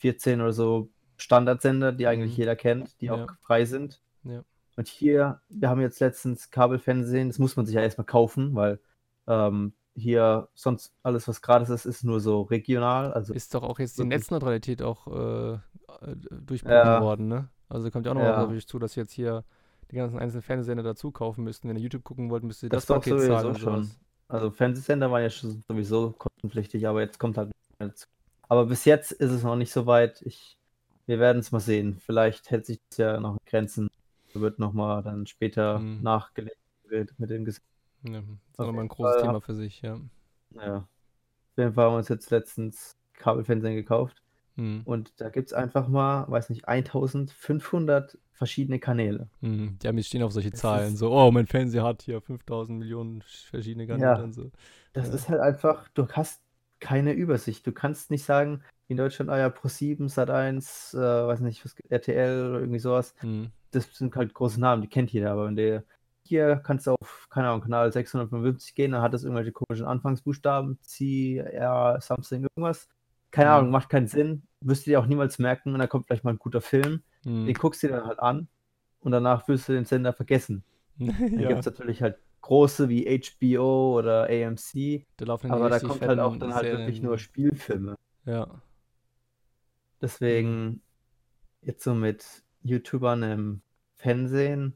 vierzehn oder so Standardsender, die eigentlich Mhm. jeder kennt, die Ja. auch frei sind. Ja. Und hier, wir haben jetzt letztens Kabelfernsehen, das muss man sich ja erstmal kaufen, weil ähm, hier sonst alles, was gratis ist, ist nur so regional. Also Ist doch auch jetzt die wirklich, Netzneutralität auch äh, äh, durchbrochen ja, worden, ne? Also kommt ja auch nochmal auf ja, euch zu, dass jetzt hier die ganzen einzelnen Fernsehsender dazu kaufen müssten. Wenn ihr YouTube gucken wollt, müsst ihr das das doch Paket zahlen sowieso und schon. sowas. Also Fernsehsender waren ja schon sowieso kostenpflichtig, aber jetzt kommt halt nicht mehr dazu. Aber bis jetzt ist es noch nicht so weit. Ich, wir werden es mal sehen. Vielleicht hält sich das ja noch in Grenzen. Wird nochmal dann später Hm. nachgelegt mit dem Gesetz. Ja, ist auch Auf nochmal jeden ein großes Fall, Thema hab, für sich, ja. ja, auf jeden Fall haben wir uns jetzt letztens Kabelfernsehen gekauft. Hm. Und da gibt es einfach mal, weiß nicht, eintausendfünfhundert verschiedene Kanäle. Hm. Ja, wir stehen auf solche Es Zahlen. ist, So, oh, mein Fernseher hat hier fünftausend Millionen verschiedene Kanäle ja, und so. das Ja. ist halt einfach, du hast keine Übersicht. Du kannst nicht sagen, wie in Deutschland, ah ja, ProSieben, Sat eins, äh, weiß nicht, was, R T L oder irgendwie sowas. Hm. Das sind halt große Namen, die kennt jeder. Aber wenn der hier kannst du auf, keine Ahnung, Kanal sechshundertfünfundfünfzig gehen, dann hat das irgendwelche komischen Anfangsbuchstaben, C, R, something, irgendwas. Keine Hm. Ahnung, macht keinen Sinn. Wirst du dir auch niemals merken und dann kommt vielleicht mal ein guter Film. Hm. Den guckst du dir dann halt an und danach wirst du den Sender vergessen. Dann Ja, gibt es natürlich halt große wie H B O oder A M C, da laufen dann die aber da richtig kommt halt auch fetten dann halt wirklich nur Serien. Spielfilme. Ja. Hm. Deswegen jetzt so mit YouTubern im Fernsehen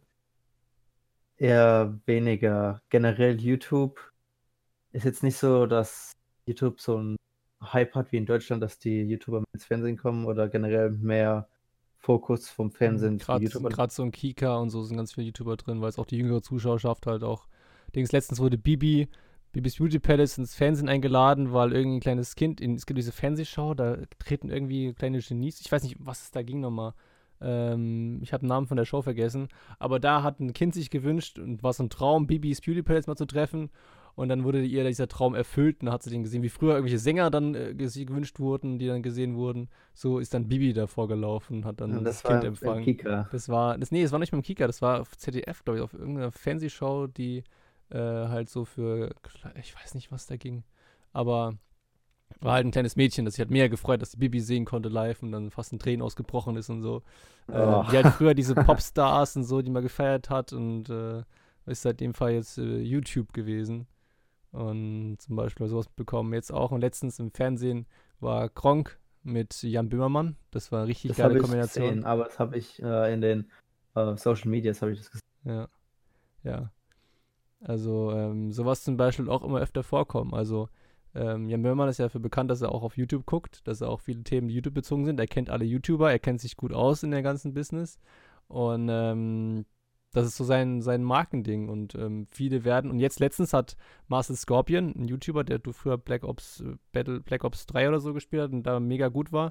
eher weniger. Generell YouTube ist jetzt nicht so, dass YouTube so einen Hype hat wie in Deutschland, dass die YouTuber ins Fernsehen kommen oder generell mehr Fokus vom Fernsehen zu Gerade YouTubern. gerade so ein Kika und so sind ganz viele YouTuber drin, weil es auch die jüngere Zuschauerschaft halt auch. Dings letztens wurde Bibi, Bibis Beauty Palace ins Fernsehen eingeladen, weil irgendwie ein kleines Kind, in, es gibt diese Fernsehschau, da treten irgendwie kleine Genies, ich weiß nicht, was es da ging nochmal. Ähm, ich habe den Namen von der Show vergessen, aber da hat ein Kind sich gewünscht und war so ein Traum, Bibis Beauty Palace mal zu treffen. Und dann wurde ihr dieser Traum erfüllt und dann hat sie den gesehen, wie früher irgendwelche Sänger dann äh, gewünscht wurden, die dann gesehen wurden. So ist dann Bibi davor gelaufen, hat dann Und das das Kind war im, im empfangen. Kika. Das war, das, nee, das war nicht mit dem Kika, das war auf Z D F, glaube ich, auf irgendeiner Fernsehshow, die äh, halt so für, ich weiß nicht, was da ging, aber war halt ein kleines Mädchen, das sich halt mega gefreut, dass die Bibi sehen konnte live und dann fast in Tränen ausgebrochen ist und so. Oh. Äh, die halt früher diese Popstars und so, die man gefeiert hat und äh, ist seit dem Fall jetzt äh, YouTube gewesen. Und zum Beispiel sowas bekommen. Jetzt auch und letztens im Fernsehen war Gronkh mit Jan Böhmermann. Das war eine richtig Das geile habe ich Kombination. gesehen, aber das habe ich äh, in den äh, Social Medias habe ich das gesehen. Ja, ja. Also ähm, sowas zum Beispiel auch immer öfter vorkommen. Also ähm, Jan Böhmermann ist ja dafür bekannt, dass er auch auf YouTube guckt, dass er auch viele Themen, die YouTube bezogen sind. Er kennt alle YouTuber, er kennt sich gut aus in der ganzen Business. Und ähm, das ist so sein, sein Markending. Und ähm, viele werden, und jetzt letztens hat Marcel Scorpion, ein YouTuber, der du früher Black Ops äh, Battle, Black Ops drei oder so gespielt hat und da mega gut war,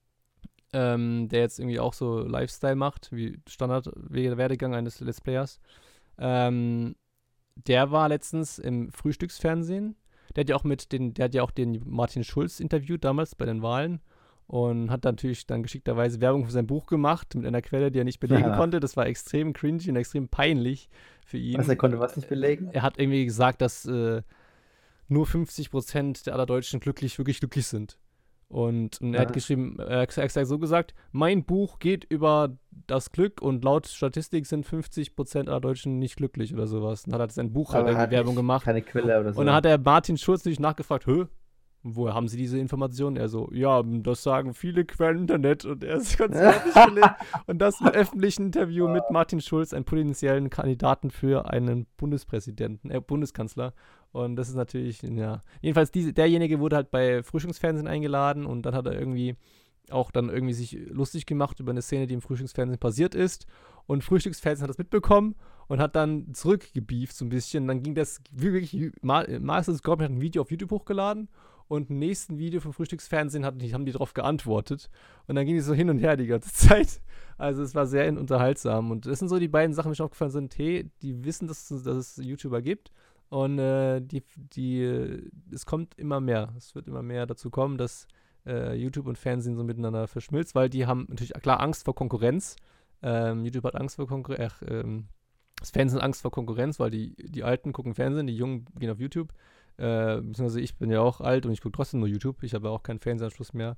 ähm, der jetzt irgendwie auch so Lifestyle macht, wie Standard-Werdegang eines Let's Players. Ähm, der war letztens im Frühstücksfernsehen. Der hat ja auch mit den, der hat ja auch den Martin Schulz interviewt damals bei den Wahlen und hat natürlich dann geschickterweise Werbung für sein Buch gemacht mit einer Quelle, die er nicht belegen Ja. konnte. Das war extrem cringy und extrem peinlich für ihn. Was, er konnte was nicht belegen? Er hat irgendwie gesagt, dass äh, nur fünfzig Prozent der aller Deutschen glücklich, wirklich glücklich sind. Und, und er hat Ja. geschrieben, er hat extra so gesagt, mein Buch geht über das Glück und laut Statistik sind fünfzig Prozent aller Deutschen nicht glücklich oder sowas. Und hat er sein Buch halt Aber er irgendwie hat Werbung nicht- gemacht. keine Quelle oder so. Und dann hat er Martin Schulz natürlich nachgefragt, hä? Woher haben Sie diese Informationen? Er so, ja, das sagen viele Quellen im Internet und er ist ganz nicht belegt. Und das im öffentlichen Interview mit Martin Schulz, einem potenziellen Kandidaten für einen Bundespräsidenten, äh, Bundeskanzler. Und das ist natürlich, ja. Jedenfalls, diese, derjenige wurde halt bei Frühstücksfernsehen eingeladen und dann hat er irgendwie auch dann irgendwie sich lustig gemacht über eine Szene, die im Frühstücksfernsehen passiert ist. Und Frühstücksfernsehen hat das mitbekommen und hat dann zurückgebieft so ein bisschen. Dann ging das wirklich, Marcel Scorpion hat ein Video auf YouTube hochgeladen und im nächsten Video vom Frühstücksfernsehen hat, haben die darauf geantwortet. Und dann ging es so hin und her die ganze Zeit. Also es war sehr unterhaltsam. Und das sind so die beiden Sachen, die mir schon aufgefallen sind. Hey, die wissen, dass, dass es YouTuber gibt. Und äh, die, die, es kommt immer mehr. Es wird immer mehr dazu kommen, dass äh, YouTube und Fernsehen so miteinander verschmilzt, weil die haben natürlich klar Angst vor Konkurrenz. Ähm, YouTube hat Angst vor Konkurrenz. Ähm, das Fernsehen hat Angst vor Konkurrenz, weil die, die Alten gucken Fernsehen, die Jungen gehen auf YouTube. Äh, beziehungsweise ich bin ja auch alt und ich gucke trotzdem nur YouTube. Ich habe ja auch keinen Fernsehanschluss mehr.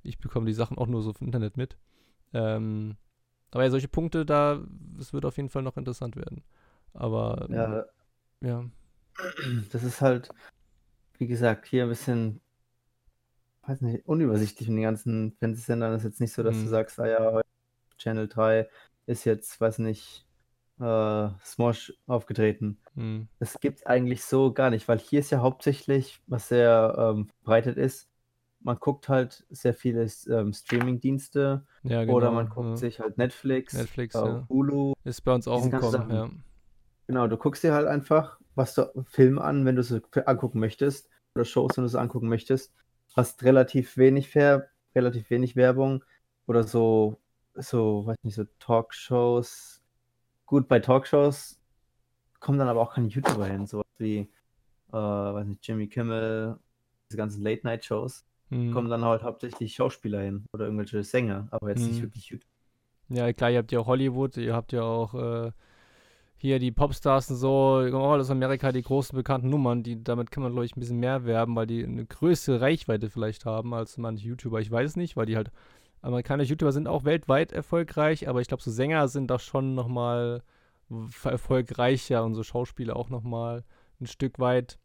Ich bekomme die Sachen auch nur so vom Internet mit. Ähm, aber ja, solche Punkte, da, es wird auf jeden Fall noch interessant werden. Aber Ja, ja. das ist halt, wie gesagt, hier ein bisschen, weiß nicht, unübersichtlich in den ganzen Fernsehsendern. Das ist jetzt nicht so, dass du Hm. sagst, ah ja, heute Channel drei ist jetzt, weiß nicht, äh, Smosh aufgetreten. Hm. Das gibt's eigentlich so gar nicht, weil hier ist ja hauptsächlich, was sehr ähm, verbreitet ist, man guckt halt sehr viele ähm, Streaming-Dienste Ja, oder man genau. guckt Ja. sich halt Netflix, Netflix, äh, ja. Hulu, Ist bei uns auch diese im ganzen Kommen, Sachen. ja. Genau, du guckst dir halt einfach, was du Filme an, wenn du sie angucken möchtest, oder Shows, wenn du sie angucken möchtest. Hast relativ wenig Ver relativ wenig Werbung oder so, so, weiß nicht, so Talkshows. Gut, bei Talkshows kommen dann aber auch keine YouTuber hin, sowas wie, äh, weiß nicht, Jimmy Kimmel, diese ganzen Late-Night-Shows. Hm. Kommen dann halt hauptsächlich Schauspieler hin oder irgendwelche Sänger, aber jetzt nicht Hm. wirklich YouTuber. Ja, klar, ihr habt ja auch Hollywood, ihr habt ja auch äh, hier die Popstars und so, auch aus Amerika, die großen bekannten Nummern, die damit kann man, glaube ich, ein bisschen mehr werben, weil die eine größere Reichweite vielleicht haben als manche YouTuber. Ich weiß es nicht, weil die halt, amerikanische YouTuber sind auch weltweit erfolgreich, aber ich glaube, so Sänger sind doch schon nochmal erfolgreicher und so Schauspieler auch nochmal ein Stück weit.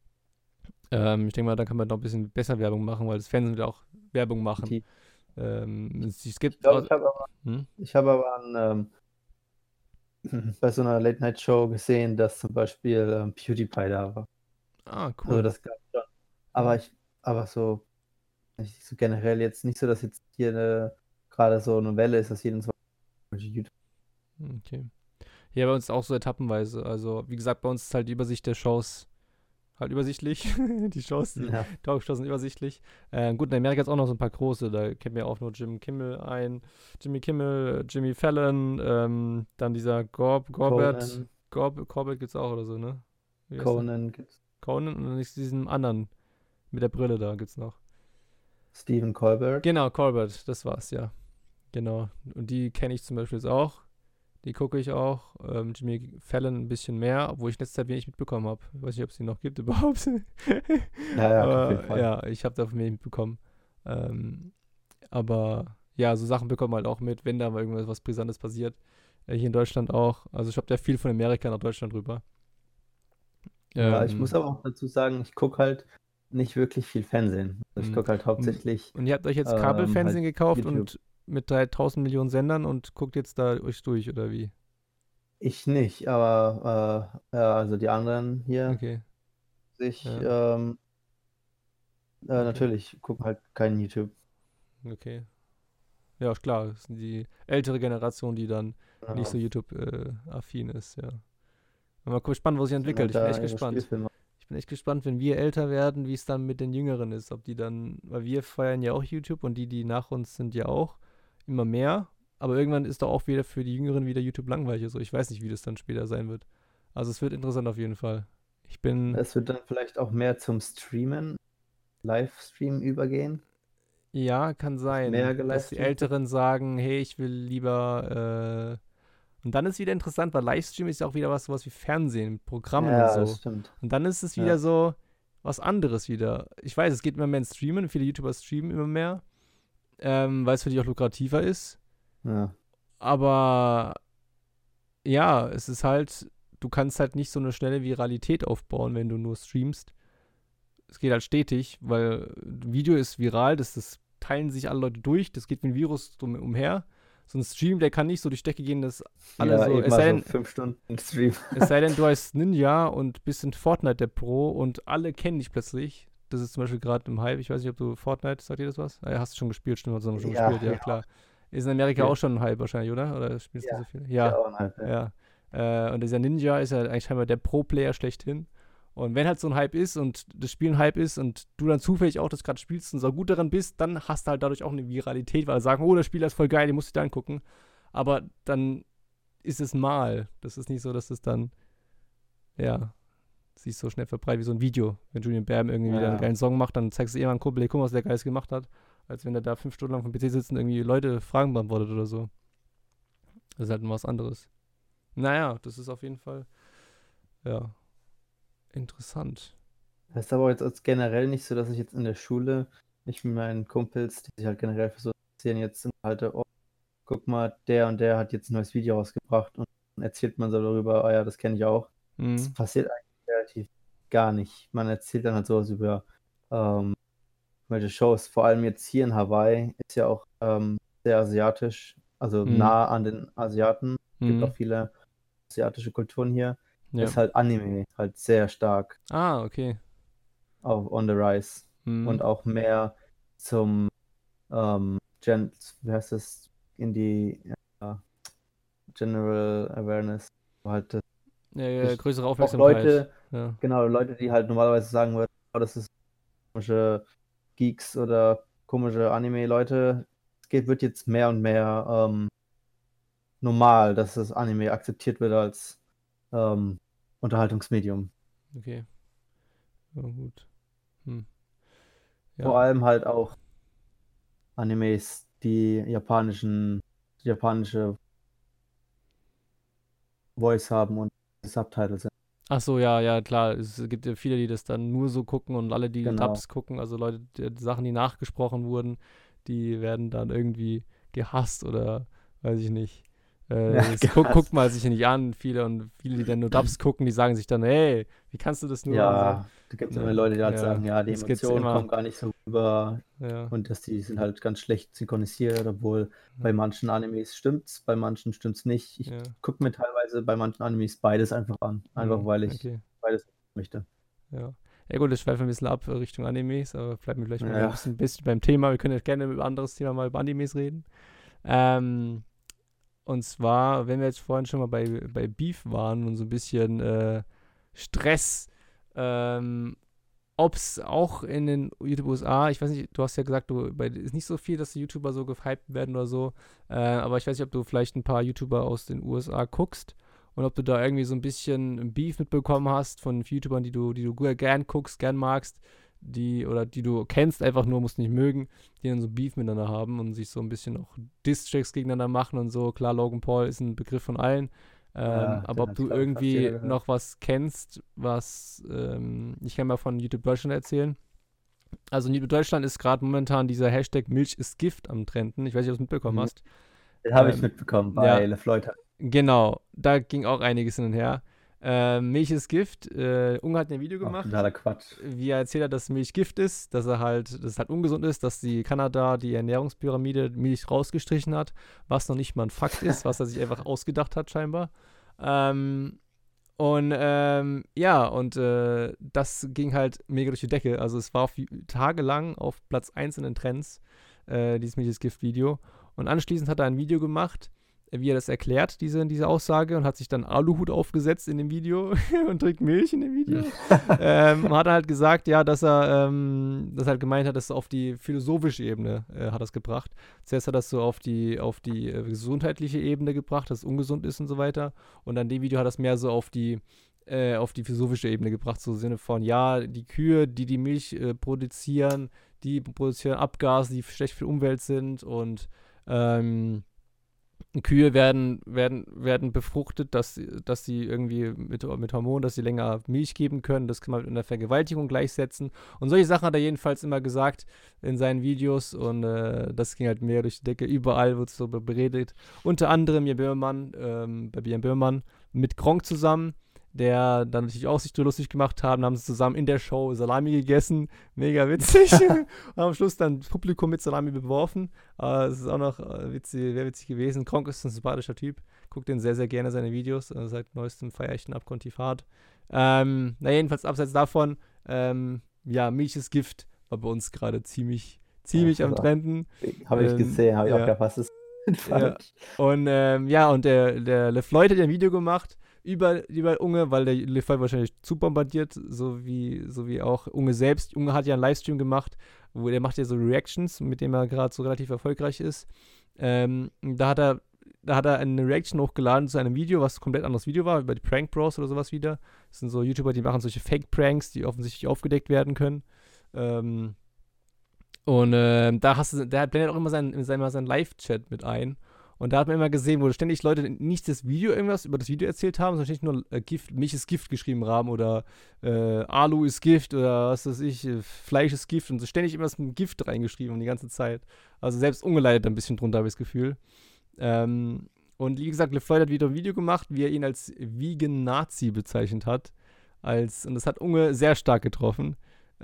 Ähm, ich denke mal, da kann man noch ein bisschen besser Werbung machen, weil das Fernsehen will auch Werbung machen. Die, Ähm, es, es ich gibt. glaube, ich habe aber, Hm? ich habe aber an, ähm, bei so einer Late-Night-Show gesehen, dass zum Beispiel ähm, PewDiePie da war. Ah, Also cool. das gab schon. Aber Ja. ich, aber so, ich, so generell jetzt nicht so, dass jetzt hier eine, gerade so eine Welle ist, dass jeden zwei YouTube. Okay. Ja, bei uns auch so etappenweise. Also, wie gesagt, bei uns ist halt die Übersicht der Shows halt übersichtlich. Die Shows, die Ja, Talkshows sind übersichtlich. Äh, gut, in Amerika ist auch noch so ein paar große. Da kennt man ja auch nur Jim Kimmel ein. Jimmy Kimmel, Jimmy Fallon, ähm, dann dieser Gorb, Gorbert. Conan, Gorb, Corbett gibt's auch oder so, ne? Wie heißt der? Conan gibt's. Conan und dann ist diesen anderen mit der Brille da gibt's noch. Stephen Colbert. Genau, Corbett, das war's, ja. Genau. Und die kenne ich zum Beispiel jetzt auch. Die gucke ich auch. Ähm, Jimmy Fallon ein bisschen mehr, obwohl ich letzte Zeit wenig mitbekommen habe. Ich weiß nicht, ob es die noch gibt überhaupt. Ja, ja, auf jeden aber Fall. ja, ich habe davon wenig mitbekommen. Ähm, aber ja, so Sachen bekommen halt auch mit, wenn da mal irgendwas was Brisantes passiert. Äh, hier in Deutschland auch. Also ich habe ja viel von Amerika nach Deutschland rüber. Ja, ich Ähm, muss aber auch dazu sagen, ich gucke halt nicht wirklich viel Fernsehen. Also ich mh. gucke halt und, hauptsächlich und ihr habt euch jetzt ähm, Kabelfernsehen halt gekauft YouTube. und mit dreitausend Millionen Sendern und guckt jetzt da euch durch, oder wie? Ich nicht, aber äh, ja, also die anderen hier Okay, sich ja, ähm, äh, okay, natürlich gucken halt kein YouTube. okay. Ja, ist klar, das sind die ältere Generation, die dann nicht so Genau. YouTube-affin ist, ja. Mal gespannt, wo sich Sehen entwickelt. halt Ich bin da echt ihre gespannt. Spielfilme. Ich bin echt gespannt, wenn wir älter werden, wie es dann mit den Jüngeren ist. Ob die dann, weil wir feiern ja auch YouTube und die, die nach uns sind ja auch immer mehr. Aber irgendwann ist doch auch wieder für die Jüngeren wieder YouTube langweilig. Also ich weiß nicht, wie das dann später sein wird. Also es wird interessant auf jeden Fall. Ich bin, Es wird dann vielleicht auch mehr zum Streamen, Livestream übergehen, ja, kann dass sein, mehr dass die gelivestreamt wird. Älteren sagen, hey, ich will lieber, äh, und dann ist wieder interessant, weil Livestream ist ja auch wieder was, sowas wie Fernsehen, mit Programmen und Ja, das so. stimmt. Und dann ist es wieder Ja, so was anderes wieder. Ich weiß, es geht immer mehr ins Streamen, viele YouTuber streamen immer mehr, ähm, weil es für die auch lukrativer ist. ja, Aber ja, es ist halt, du kannst halt nicht so eine schnelle Viralität aufbauen, wenn du nur streamst. Es geht halt stetig, weil Video ist viral, das, das teilen sich alle Leute durch, das geht wie ein Virus drum, umher. So ein Stream, der kann nicht so durch die Decke gehen, dass alle ja, so, eben es sei also denn, fünf Stunden Stream. es sei denn, du heißt Ninja und bist in Fortnite der Pro und alle kennen dich plötzlich. Das ist zum Beispiel gerade im Hype. Ich weiß nicht, ob du Fortnite, sagt dir das was? Ah, ja, hast du schon gespielt, stimmt, hast du schon Ja, gespielt, ja, genau. klar. Ist in Amerika Ja, auch schon ein Hype wahrscheinlich, oder? Oder spielst du ja, so viel? ja, Ja, auch halt, ja. ja. Äh, und dieser Ninja ist ja eigentlich scheinbar der Pro-Player schlechthin. Und wenn halt so ein Hype ist und das Spiel ein Hype ist und du dann zufällig auch das gerade spielst und so gut daran bist, dann hast du halt dadurch auch eine Viralität, weil alle sagen, oh, das Spiel ist voll geil, den musst du dir angucken. Aber dann ist es mal. Das ist nicht so, dass es dann, ja, sich so schnell verbreitet wie so ein Video. Wenn Julian Bam irgendwie wieder einen Ja, geilen Song macht, dann zeigst du eh mal einen Kumpel, ey, guck mal, was der Geiles gemacht hat, als wenn er da fünf Stunden lang vom P C sitzt und irgendwie Leute Fragen beantwortet oder so. Das ist halt immer was anderes. Naja, das ist auf jeden Fall, ja, interessant. das ist aber jetzt als generell nicht so, dass ich jetzt in der Schule ich mit meinen Kumpels, die sich halt generell für so interessieren, jetzt halt, oh, guck mal, der und der hat jetzt ein neues Video rausgebracht und dann erzählt man so darüber, ah ja, das kenne ich auch. Das Mhm. passiert eigentlich relativ gar nicht. Man erzählt dann halt sowas über ähm, welche Shows, vor allem jetzt hier in Hawaii, ist ja auch ähm, sehr asiatisch, also Mhm. nah an den Asiaten. Es gibt Mhm. auch viele asiatische Kulturen hier. Ja. Ist halt Anime halt sehr stark Ah, okay. auf on the rise Mhm. und auch mehr zum ähm, Gen, wie heißt das, in die ja, General Awareness, halt das, Ja, ja, das größere auch Aufmerksamkeit. Leute, Ja. genau, Leute, die halt normalerweise sagen würden, oh, das ist komische Geeks oder komische Anime-Leute. Es geht, wird jetzt mehr und mehr ähm, normal, dass das Anime akzeptiert wird als ähm, Unterhaltungsmedium. Okay. Ja, gut. Hm. Vor Ja. allem halt auch Animes, die japanischen, die japanische Voice haben und Subtitles sind. Ach so, ja, ja, klar. Es gibt ja viele, die das dann nur so gucken und alle, die Genau. Dubs gucken, also Leute, die, die Sachen, die nachgesprochen wurden, die werden dann irgendwie gehasst oder weiß ich nicht. Äh, Ja, das guck, krass. guckt man sich ja nicht an. Viele und viele, die dann nur Dubs gucken, die sagen sich dann, hey, wie kannst du das nur? Und so. Ja, da gibt es immer Ne, Leute, die halt ja, sagen, ja, die das gibt's Emotionen immer. kommen gar nicht so rüber Ja, und dass die sind halt ganz schlecht synchronisiert, obwohl bei ja, manchen Animes stimmt's, bei manchen stimmt's nicht. Ich ja. gucke mir teilweise bei manchen Animes beides einfach an, einfach Hm, weil ich okay, beides möchte. ja. Ja gut, das schweifen ein bisschen ab Richtung Animes, aber bleiben wir vielleicht mal so ein Ja, bisschen, bisschen beim Thema. Wir können ja gerne über ein anderes Thema mal über Animes reden. Ähm, Und zwar, wenn wir jetzt vorhin schon mal bei, bei Beef waren und so ein bisschen äh, Stress, ähm, ob es auch in den YouTube U S A, ich weiß nicht, du hast ja gesagt, du, bei, ist nicht so viel, dass die YouTuber so gehypt werden oder so, äh, aber ich weiß nicht, ob du vielleicht ein paar YouTuber aus den U S A guckst und ob du da irgendwie so ein bisschen Beef mitbekommen hast von YouTubern, die du, die du gern guckst, gern magst, die, oder die du kennst, einfach nur, musst nicht mögen, die dann so Beef miteinander haben und sich so ein bisschen auch Diss-Tracks gegeneinander machen und so. Klar, Logan Paul ist ein Begriff von allen. Ähm, ja, aber den ob hat, du glaube ich, fast jeder irgendwie gehört. noch was kennst, was, ähm, ich kann mal von YouTube Deutschland erzählen. Also in YouTube Deutschland ist gerade momentan dieser Hashtag Milch ist Gift am Trenden. Ich weiß nicht, ob du es mitbekommen Mhm. hast. Den habe ich Ähm, mitbekommen ja, bei LeFloid. genau. Da ging auch einiges hin und her. Ähm, Milch ist Gift. Äh, Unge hat ein Video Auch gemacht, totaler Quatsch. wie er erzählt hat, dass Milch Gift ist, dass er halt, dass es halt ungesund ist, dass die Kanada die Ernährungspyramide Milch rausgestrichen hat, was noch nicht mal ein Fakt ist, was er sich einfach ausgedacht hat scheinbar. Ähm, und ähm, ja, und äh, das ging halt mega durch die Decke. Also es war auf, tagelang auf Platz eins in den Trends, äh, dieses Milch ist Gift-Video. Und anschließend hat er ein Video gemacht, wie er das erklärt, diese, diese Aussage, und hat sich dann Aluhut aufgesetzt in dem Video und trinkt Milch in dem Video. ähm, und hat halt gesagt, ja, dass er ähm, das halt gemeint hat, dass auf die philosophische Ebene äh, hat das gebracht. Zuerst hat er das so auf die, auf die äh, gesundheitliche Ebene gebracht, dass es ungesund ist und so weiter. Und dann dem Video hat er es mehr so auf die äh, auf die philosophische Ebene gebracht, so im Sinne von, ja, die Kühe, die die Milch äh, produzieren, die produzieren Abgase, die schlecht für die Umwelt sind und ähm, Kühe werden, werden, werden befruchtet, dass, dass sie irgendwie mit, mit Hormonen, dass sie länger Milch geben können. Das kann man mit einer Vergewaltigung gleichsetzen. Und solche Sachen hat er jedenfalls immer gesagt in seinen Videos. Und äh, das ging halt mehr durch die Decke. Überall wird es so beredet. Unter anderem Jan Böhmermann, ähm, bei Jan Böhmermann mit Gronkh zusammen, der dann natürlich auch sich so lustig gemacht haben, haben sie zusammen in der Show Salami gegessen, mega witzig. Und am Schluss dann das Publikum mit Salami beworfen. Aber es ist auch noch äh, witzig, wäre witzig gewesen. Gronkh ist ein sympathischer Typ, guckt den sehr, sehr gerne seine Videos. Also seit neuestem feiere ich ihn ab Kontifat. Ähm, na jedenfalls abseits davon, ähm, ja, Milch ist Gift war bei uns gerade ziemlich, ziemlich Ja, am Trenden. habe ich Ähm, gesehen, habe ich ja. auch gedacht, was ist Ja. falsch? Und ähm, ja, und der, der LeFloid hat ja ein Video gemacht über, über Unge, weil der LeFloid wahrscheinlich zu bombardiert, so wie, so wie auch Unge selbst. Unge hat ja einen Livestream gemacht, wo der macht ja so Reactions, mit dem er gerade so relativ erfolgreich ist. Ähm, da hat er da hat er eine Reaction hochgeladen zu einem Video, was ein komplett anderes Video war, über die Prank Bros oder sowas wieder. Das sind so YouTuber, die machen solche Fake-Pranks, die offensichtlich aufgedeckt werden können. Ähm, und ähm, da hast du, der blendet auch immer seinen, seinen, seinen Live-Chat mit ein. Und da hat man immer gesehen, wo ständig Leute nicht das Video irgendwas über das Video erzählt haben, sondern ständig nur äh, Gift, Milch ist Gift geschrieben haben oder äh, Alu ist Gift oder was weiß ich, äh, Fleisch ist Gift und so ständig immer mit Gift reingeschrieben haben die ganze Zeit. Also selbst ungeleitet ein bisschen drunter, habe ich das Gefühl. Ähm, und wie gesagt, LeFloid hat wieder ein Video gemacht, wie er ihn als Vegan-Nazi bezeichnet hat. Als, und das hat Unge sehr stark getroffen.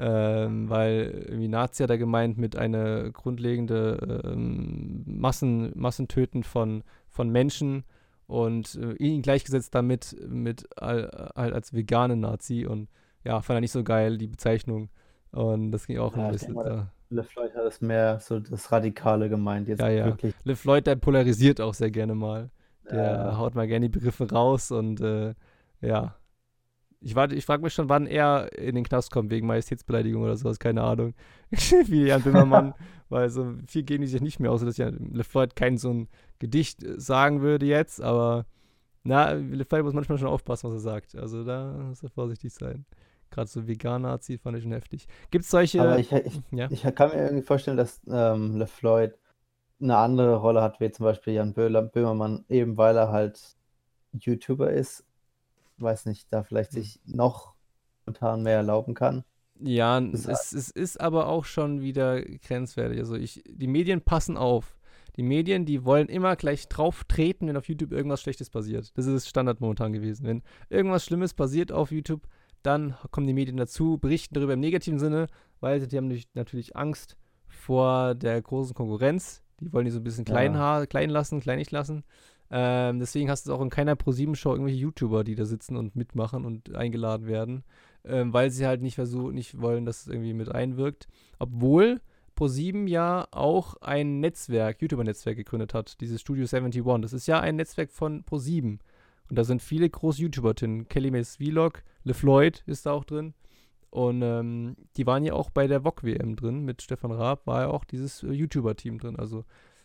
Ähm, weil irgendwie Nazi hat er gemeint mit einer grundlegende ähm, Massen, Massentöten von, von Menschen und äh, ihn gleichgesetzt damit mit halt als veganen Nazi und ja, fand er nicht so geil, die Bezeichnung. Und das ging auch Ja, ein ich bisschen denke mal, da. LeFloid hat es mehr so das Radikale gemeint, jetzt Ja, ja. wirklich. LeFloid, der polarisiert auch sehr gerne mal. Der Äh, haut mal gerne die Begriffe raus und äh, ja. Ich, warte- ich frage mich schon, wann er in den Knast kommt, wegen Majestätsbeleidigung oder sowas, keine Ahnung. Wie Jan Böhmermann, weil so viel gehen die sich nicht mehr aus, dass ja LeFloid kein so ein Gedicht äh, sagen würde jetzt, aber na, LeFloid muss manchmal schon aufpassen, was er sagt. Also da muss er vorsichtig sein. Gerade so Vegan-Nazi fand ich schon heftig. Gibt es aber solche, ich, ich, ja, ich kann mir irgendwie vorstellen, dass ähm, LeFloid eine andere Rolle hat, wie zum Beispiel Jan Böhler, Böhmermann, eben weil er halt YouTuber ist, weiß nicht, da vielleicht Hm. sich noch spontan mehr erlauben kann. ja, Das es, es ist aber auch schon wieder grenzwertig. Also ich, die Medien passen auf. Die Medien, die wollen immer gleich drauf treten, wenn auf YouTube irgendwas Schlechtes passiert. Das ist Standard momentan gewesen. Wenn irgendwas Schlimmes passiert auf YouTube, dann kommen die Medien dazu, berichten darüber im negativen Sinne, weil die haben natürlich Angst vor der großen Konkurrenz. Die wollen die so ein bisschen klein, ja, klein lassen, kleinig lassen. Ähm, deswegen hast du auch in keiner Pro sieben Show irgendwelche YouTuber, die da sitzen und mitmachen und eingeladen werden, ähm, weil sie halt nicht versuchen, nicht wollen, dass es irgendwie mit einwirkt. Obwohl Pro sieben ja auch ein Netzwerk, YouTuber-Netzwerk gegründet hat, dieses Studio einundsiebzig. Das ist ja ein Netzwerk von Pro sieben. Und da sind viele große YouTuber drin. Kelly Mays Vlog, LeFloid ist da auch drin. Und ähm, die waren ja auch bei der V O G-W M drin. Mit Stefan Raab war ja auch dieses äh, YouTuber-Team drin. Also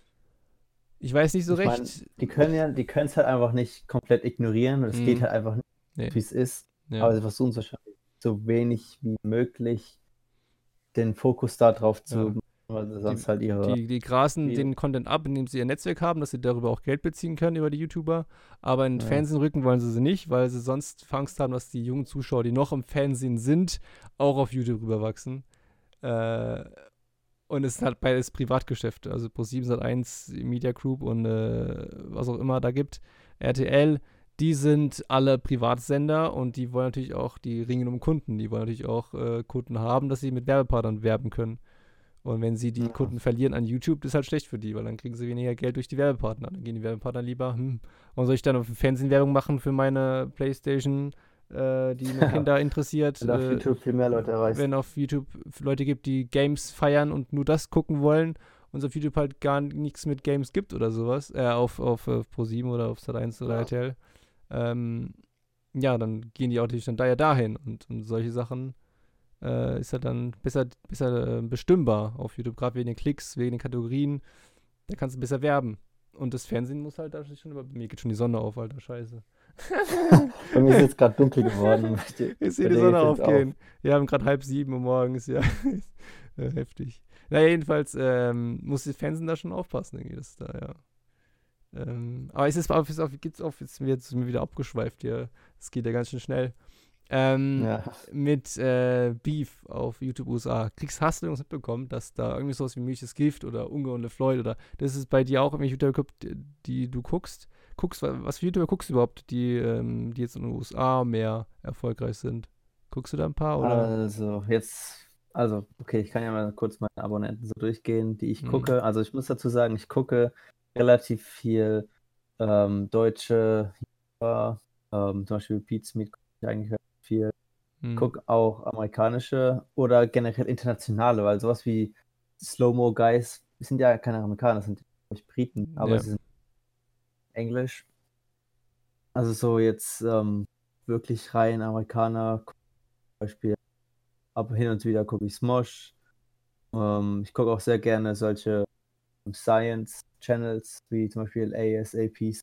ich weiß nicht so ich meine, recht. die können ja, die können es halt einfach nicht komplett ignorieren und es geht Hm, halt einfach nicht, nee, wie es ist. ja. Aber sie versuchen es wahrscheinlich so wenig wie möglich den Fokus da drauf Ja. zu, weil sie Die, sonst halt ihre die, die grasen Video. den Content ab, indem sie ihr Netzwerk haben, dass sie darüber auch Geld beziehen können über die YouTuber. Aber in den Ja. Fernsehen rücken wollen sie sie nicht, weil sie sonst Angst haben, dass die jungen Zuschauer, die noch im Fernsehen sind, auch auf YouTube rüberwachsen. Äh, und es sind halt beides Privatgeschäfte. Also Pro sieben Sat eins, Media Group und äh, was auch immer da gibt, R T L, die sind alle Privatsender und die wollen natürlich auch, die ringen um Kunden. Die wollen natürlich auch äh, Kunden haben, dass sie mit Werbepartnern werben können. Und wenn sie die Ja. Kunden verlieren an YouTube, das ist halt schlecht für die, weil dann kriegen sie weniger Geld durch die Werbepartner. Dann gehen die Werbepartner lieber, hm, warum soll ich dann auf dem Fernsehen Werbung machen für meine Playstation, äh, die nur Kinder interessiert, Wenn auf äh, YouTube viel mehr Leute erreicht. wenn auf YouTube Leute gibt, die Games feiern und nur das gucken wollen und es auf YouTube halt gar nichts mit Games gibt oder sowas, äh, auf, auf, auf Pro sieben oder auf Sat eins oder Ja. R T L, ähm, ja, dann gehen die auch natürlich dann da ja dahin und, und solche Sachen äh, ist halt dann besser, besser äh, bestimmbar auf YouTube, gerade wegen den Klicks, wegen den Kategorien. Da kannst du besser werben. Und das Fernsehen muss halt da schon über. Mir geht schon die Sonne auf, Alter, scheiße. Bei mir ist jetzt gerade dunkel geworden. Ich sehe Bei die dir Sonne geht's jetzt aufgehen. auf. Wir haben gerade halb sieben Uhr morgens, ja. Ja, heftig. Naja, jedenfalls ähm, muss das Fernsehen da schon aufpassen, irgendwie, das da, ja. Ähm, aber es ist auf, es auf, gibt's auf, jetzt sind wir jetzt wieder abgeschweift hier. Es geht ja ganz schön schnell. Ähm, Ja. mit äh, Beef auf YouTube U S A. Kriegst, hast du irgendwas mitbekommen, dass da irgendwie sowas wie Milch ist Gift oder Unge und LeFloid oder das ist bei dir auch irgendwelche YouTuber, die, die du guckst? Guckst, was für YouTuber guckst du überhaupt, die, ähm, die jetzt in den U S A mehr erfolgreich sind? Guckst du da ein paar oder? Also jetzt, also okay, ich kann ja mal kurz meine Abonnenten so durchgehen, die ich Hm. gucke. Also ich muss dazu sagen, ich gucke relativ viel ähm, deutsche YouTuber, ähm, zum Beispiel Pete Smith gucke ich eigentlich relativ viel. Hm. Gucke auch amerikanische oder generell internationale, weil sowas wie Slow-Mo Guys sind ja keine Amerikaner, das sind glaube ich Briten, aber Ja. sie sind Englisch. Also so jetzt ähm, wirklich rein Amerikaner, zum Beispiel ab hin und wieder gucke ich Smosh. Ähm, ich gucke auch sehr gerne solche Science-Channels, wie zum Beispiel A S A P.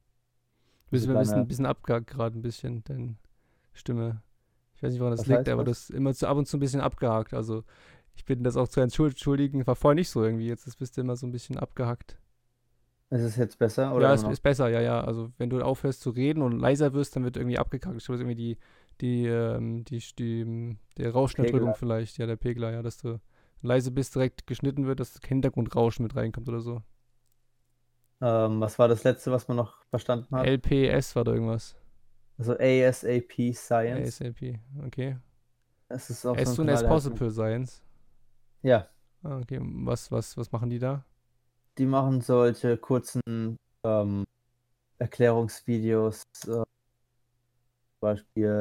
Du bist Diese immer ein bisschen, kleine, bisschen abgehakt gerade ein bisschen, deine Stimme. Ich weiß nicht, woran das was liegt, heißt aber das? das ist immer zu, ab und zu ein bisschen abgehakt. Also ich bitte das auch zu entschuldigen, war vorher nicht so irgendwie. Jetzt bist du immer so ein bisschen abgehackt. Ist es jetzt besser oder Ja, immer es noch? ist besser, ja, ja. Also wenn du aufhörst zu reden und leiser wirst, dann wird irgendwie abgekackt. Ich glaube, das ist irgendwie die, die, ähm, die, die, ähm, der Pegel Rauschenerzeugung ab. vielleicht, ja, der Pegler, ja, dass du leise bist, direkt geschnitten wird, dass Hintergrundrauschen mit reinkommt oder so. Ähm, was war das letzte, was man noch verstanden hat? L P S war da irgendwas. Also A S A P Science. ASAP, okay. Das ist auch so As ein soon as Kanal, der halt, possible Science. ja, Ah, okay. Was, was, was machen die da? die machen solche kurzen ähm, Erklärungsvideos, äh, zum Beispiel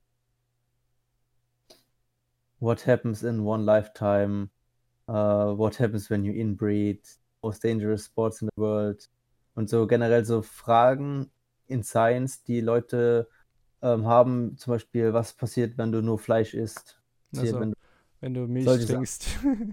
What happens in one lifetime, uh, what happens when you inbreed, most dangerous sports in the world und so generell so Fragen in Science, die Leute ähm, haben, zum Beispiel, was passiert, wenn du nur Fleisch isst? Passiert, Also, wenn du wenn du Milch solche Sachen, trinkst.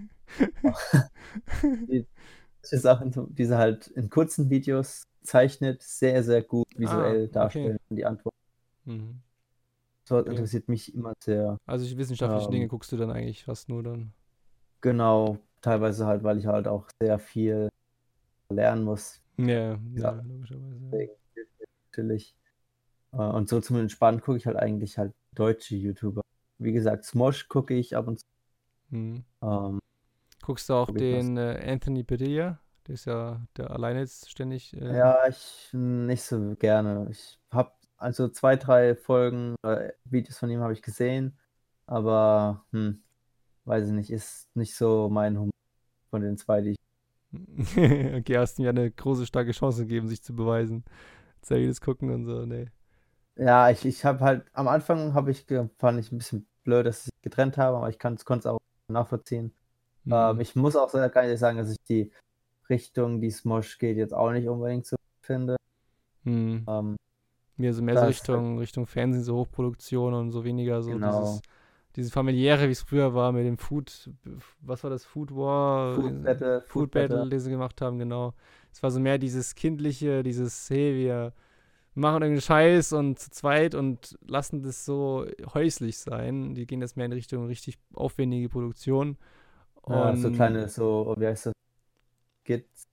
die, solche Sachen, so- diese halt in kurzen Videos zeichnet, sehr, sehr gut Ah, visuell okay. darstellen, die Antwort. Mhm. So Okay. interessiert mich immer sehr. Also die wissenschaftlichen Dinge Ähm, guckst du dann eigentlich fast nur dann. genau, teilweise halt, weil ich halt auch sehr viel lernen muss. Ja, Die ja, Sachen logischerweise. deswegen hilft mir natürlich. Äh, und so zum Entspannen gucke ich halt eigentlich halt deutsche YouTuber. Wie gesagt, Smosh gucke ich ab und zu. Mhm. Ähm, Guckst du auch gucke ich was. den äh, Anthony Padilla? Der ist ja der alleine jetzt ständig. Äh, Ja, ich nicht so gerne. Ich habe also zwei, drei Folgen, äh, Videos von ihm habe ich gesehen, aber hm, weiß ich nicht, ist nicht so mein Humor von den zwei, die ich. okay, hast ihm ja eine große, starke Chance gegeben, sich zu beweisen. Seriös gucken und so, nee. Ja, ich, ich habe halt, am Anfang habe ich, ge- fand ich ein bisschen blöd, dass sie sich getrennt haben, aber ich konnte es auch nachvollziehen. Ähm, Mhm. ich muss auch sehr gar nicht sagen, dass ich die Richtung, die Smosh geht, jetzt auch nicht unbedingt so finde. Mhm. Ähm, Mehr so, mehr so das ist halt, Richtung, Richtung Fernsehen, so Hochproduktion und so weniger so genau, dieses, dieses familiäre, wie es früher war mit dem Food, was war das, Food War, Food äh, Battle, Food Food Battle, Battle, den sie gemacht haben, genau. Es war so mehr dieses kindliche, dieses, hey, wir machen irgendeinen Scheiß und zu zweit und lassen das so häuslich sein. Die gehen jetzt mehr in Richtung richtig aufwendige Produktion. ja, so Und kleine, so, wie heißt das, Skits,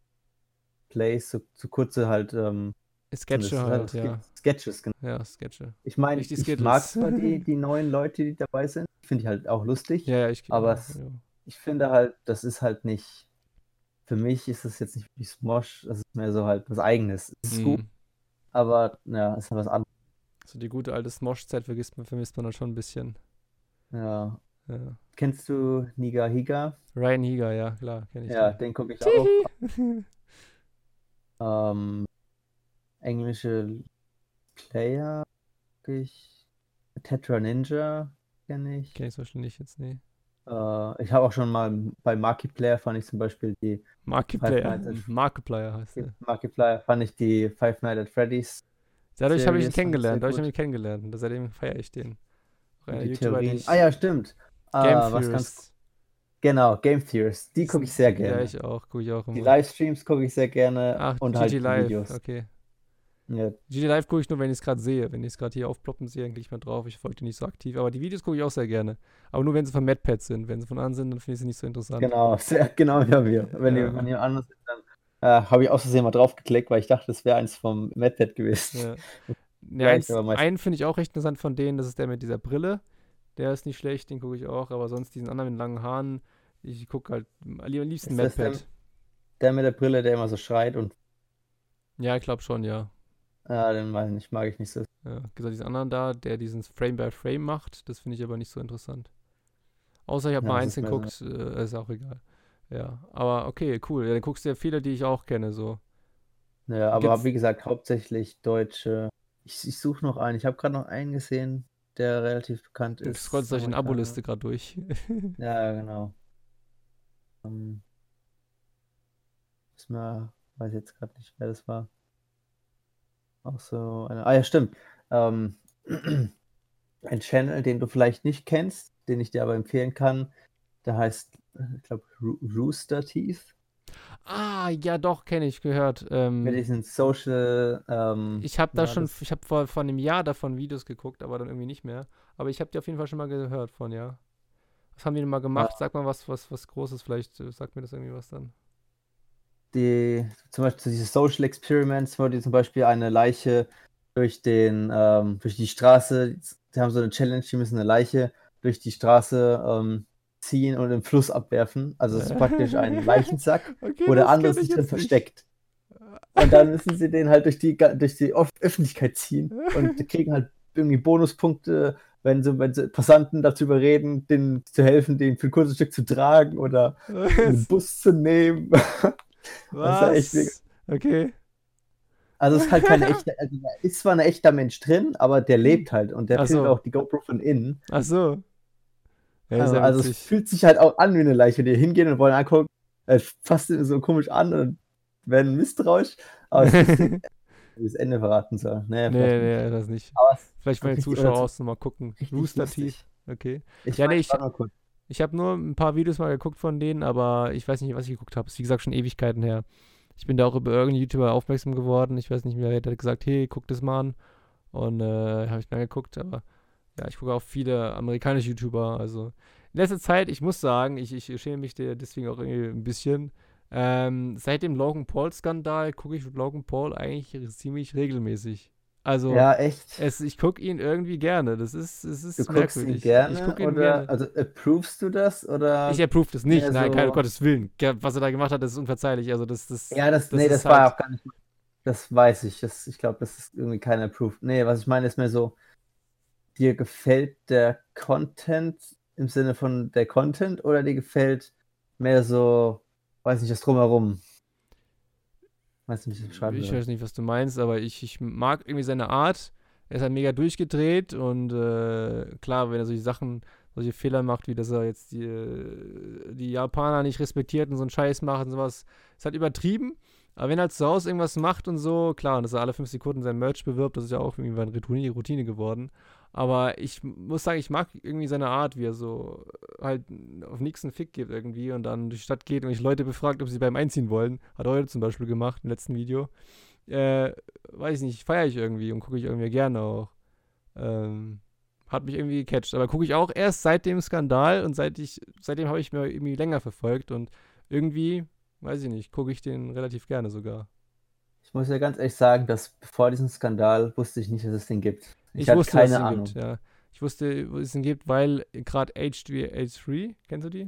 Plays, so, so kurze halt, ähm, sind Sketche das, halt, das ja. Skits, Sketches, genau. Ja, Sketche. Ich meine, Richtig ich mag Skittles. zwar die, die neuen Leute, die dabei sind, finde ich halt auch lustig, ja, ja, ich aber auch. es, Ja. ich finde halt, das ist halt nicht, für mich ist es jetzt nicht wie Smosh, das ist mehr so halt was Eigenes. Es ist gut, Hm. aber ja, es ist halt was anderes. So die gute alte Smosh-Zeit vergisst man, vermisst man dann schon ein bisschen. Ja. Ja. Kennst du Niga Higa? Ryan Higa, ja, klar, kenne ich Ja, den. den gucke ich auch. Tihi. Ähm, englische Player gucke ich. Tetra Ninja kenne ich. Kenne ich wahrscheinlich jetzt, nee. Äh, ich habe auch schon mal bei Markiplier fand ich zum Beispiel die Five Markiplier, Nights at Markiplier heißt der. Markiplier fand ich die Five Nights at Freddy's Dadurch habe ich ihn Series fand ich sehr kennengelernt, dadurch habe ich gut. ihn kennengelernt. Und seitdem feiere ich den. Auch Und einer die YouTuber, den Theorien. Ah ich. ja, stimmt. Äh, Game was ganz Theorists. genau, Game Theorists. Die Das gucke ich sind, sehr ja, gerne. ich auch, gucke ich auch Die immer. Livestreams gucke ich sehr gerne Ach, und G G halt die Live, Videos. okay. Ja, G G Live gucke ich nur, wenn ich es gerade sehe. Wenn ich es gerade hier aufploppen sehe, dann klicke ich mal drauf. Ich folge dir nicht so aktiv. Aber die Videos gucke ich auch sehr gerne. Aber nur, wenn sie von MadPad sind. Wenn sie von anderen sind, dann finde ich sie nicht so interessant. genau, sehr genau wie bei mir. Wenn die Ja, von jemand anderes ist, dann äh, habe ich aus Versehen mal draufgeklickt, weil ich dachte, das wäre eins vom MadPad gewesen. ja. Ne, Vielleicht, eins, aber meistens. einen finde ich auch recht interessant von denen. Das ist der mit dieser Brille. Der ist nicht schlecht, den gucke ich auch. Aber sonst diesen anderen mit langen Haaren. Ich gucke halt am liebsten Ist das der, MadPad. der mit der Brille, der immer so schreit und Ja, ich glaube schon, ja. ja, den mag ich nicht, mag ich nicht so. Ja, gesagt, diesen anderen da, der diesen Frame by Frame macht, das finde ich aber nicht so interessant. Außer ich habe Ja, mal das eins ist mehr so. geguckt, äh, ist auch egal. Ja, aber okay, cool. Ja, dann guckst du ja viele, die ich auch kenne, so. Ja, aber Gibt's, wie gesagt, hauptsächlich deutsche. Ich, ich suche noch einen. Ich habe gerade noch einen gesehen, der relativ bekannt du ist. scrollst durch eine Amerikaner. Abo-Liste gerade durch. Ja, genau. Ähm, ist mir, weiß jetzt gerade nicht, wer das war. Auch so eine. Ah ja, stimmt. Ähm, ein Channel, den du vielleicht nicht kennst, den ich dir aber empfehlen kann, der heißt, äh, ich glaube, Rooster Teeth. ah, ja, doch, kenne ich, gehört. Mit Ähm, diesen Social, ähm, ich habe da ja, schon, das, ich habe vor, vor einem Jahr davon Videos geguckt, aber dann irgendwie nicht mehr. Aber ich habe die auf jeden Fall schon mal gehört von, ja. Was haben die denn mal äh, gemacht? Sag mal was, was, was Großes, vielleicht äh, sagt mir das irgendwie was dann. die, zum Beispiel diese Social Experiments, wo die zum Beispiel eine Leiche durch den, ähm, durch die Straße, die haben so eine Challenge, die müssen eine Leiche durch die Straße ähm, ziehen und im Fluss abwerfen. Also es ist praktisch ein Leichensack, Okay, wo der das andere kenn ich sich drin jetzt nicht. versteckt. Und dann müssen sie den halt durch die, ga- durch die Öff- Öffentlichkeit ziehen und die kriegen halt irgendwie Bonuspunkte, wenn sie, wenn sie Passanten dazu überreden, denen zu helfen, den für ein kurzes Stück zu tragen oder einen Was? Bus zu nehmen. Das ist ja echt mega. Was? Okay. Also es ist halt keine echte, also da ist zwar ein echter Mensch drin, aber der lebt halt und der Ach filmt so. auch die GoPro von innen. Ach so. Ja, ist Also, ja also es witzig. fühlt sich halt auch an wie eine Leiche, die hingehen und wollen angucken, äh, fasst so komisch an und werden misstrauisch, aber es ist nicht, wie das Ende verraten soll. Nee, vielleicht Nee, nicht. nee, das nicht. Aber es ist Vielleicht meine richtig, Zuschauer oder aus mal gucken. richtig Rooster Teeth. lustig. Okay. Ich Ja, nee, meine, ich, warte mal kurz. ich habe nur ein paar Videos mal geguckt von denen, aber ich weiß nicht, was ich geguckt habe. Ist wie gesagt schon Ewigkeiten her. Ich bin da auch über irgendeinen YouTuber aufmerksam geworden. Ich weiß nicht mehr, der hat gesagt, hey, guck das mal an. Und äh, habe ich mir angeguckt, aber ja, ich gucke auch viele amerikanische YouTuber. Also in letzter Zeit, ich muss sagen, ich, ich schäme mich de- deswegen auch irgendwie ein bisschen. Ähm, seit dem Logan Paul-Skandal gucke ich Logan Paul eigentlich ziemlich regelmäßig. Also, Ja, echt. es, ich gucke ihn irgendwie gerne. Das ist, es ist Du guckst ihn merkwürdig. Ich gerne gucke ihn oder, gerne. also approvest du das Ich oder approve das nicht. mehr Nein, kein, um so? Gottes Willen. Ge- Was er da gemacht hat, das ist unverzeihlich. Also, das, das, Ja, das, das nee, ist das war halt. auch gar nicht, das weiß ich. Das, ich glaube, das ist irgendwie kein approved. Nee, was ich meine, ist mehr so, dir gefällt der Content im Sinne von der Content oder dir gefällt mehr so, weiß nicht, das Drumherum? Weiß nicht, wie ich das beschreiben Ich soll. weiß nicht, was du meinst, aber ich, ich mag irgendwie seine Art. Er ist halt mega durchgedreht und äh, klar, wenn er solche Sachen, solche Fehler macht, wie dass er jetzt die, äh, die Japaner nicht respektiert und so einen Scheiß macht und sowas, ist halt übertrieben. Aber wenn er halt zu Hause irgendwas macht und so, klar, und dass er alle fünf Sekunden sein Merch bewirbt, das ist ja auch irgendwie eine Routine, Routine geworden. Aber ich muss sagen, ich mag irgendwie seine Art, wie er so halt auf nichts einen Fick gibt irgendwie und dann durch die Stadt geht und ich Leute befragt, ob sie beim Einziehen wollen. Hat er heute zum Beispiel gemacht im letzten Video. Äh, weiß nicht, feiere ich irgendwie und gucke ich irgendwie gerne auch. Ähm, hat mich irgendwie gecatcht. Aber gucke ich auch erst seit dem Skandal und seit ich, seitdem habe ich mir irgendwie länger verfolgt und irgendwie, weiß ich nicht, gucke ich den relativ gerne sogar. Ich muss ja ganz ehrlich sagen, dass vor diesem Skandal wusste ich nicht, dass es den gibt. Ich, Ich hatte wusste, dass es keine ihn Ahnung. gibt, ja. Ich wusste, dass es ihn gibt, weil gerade H drei H drei, kennst du die?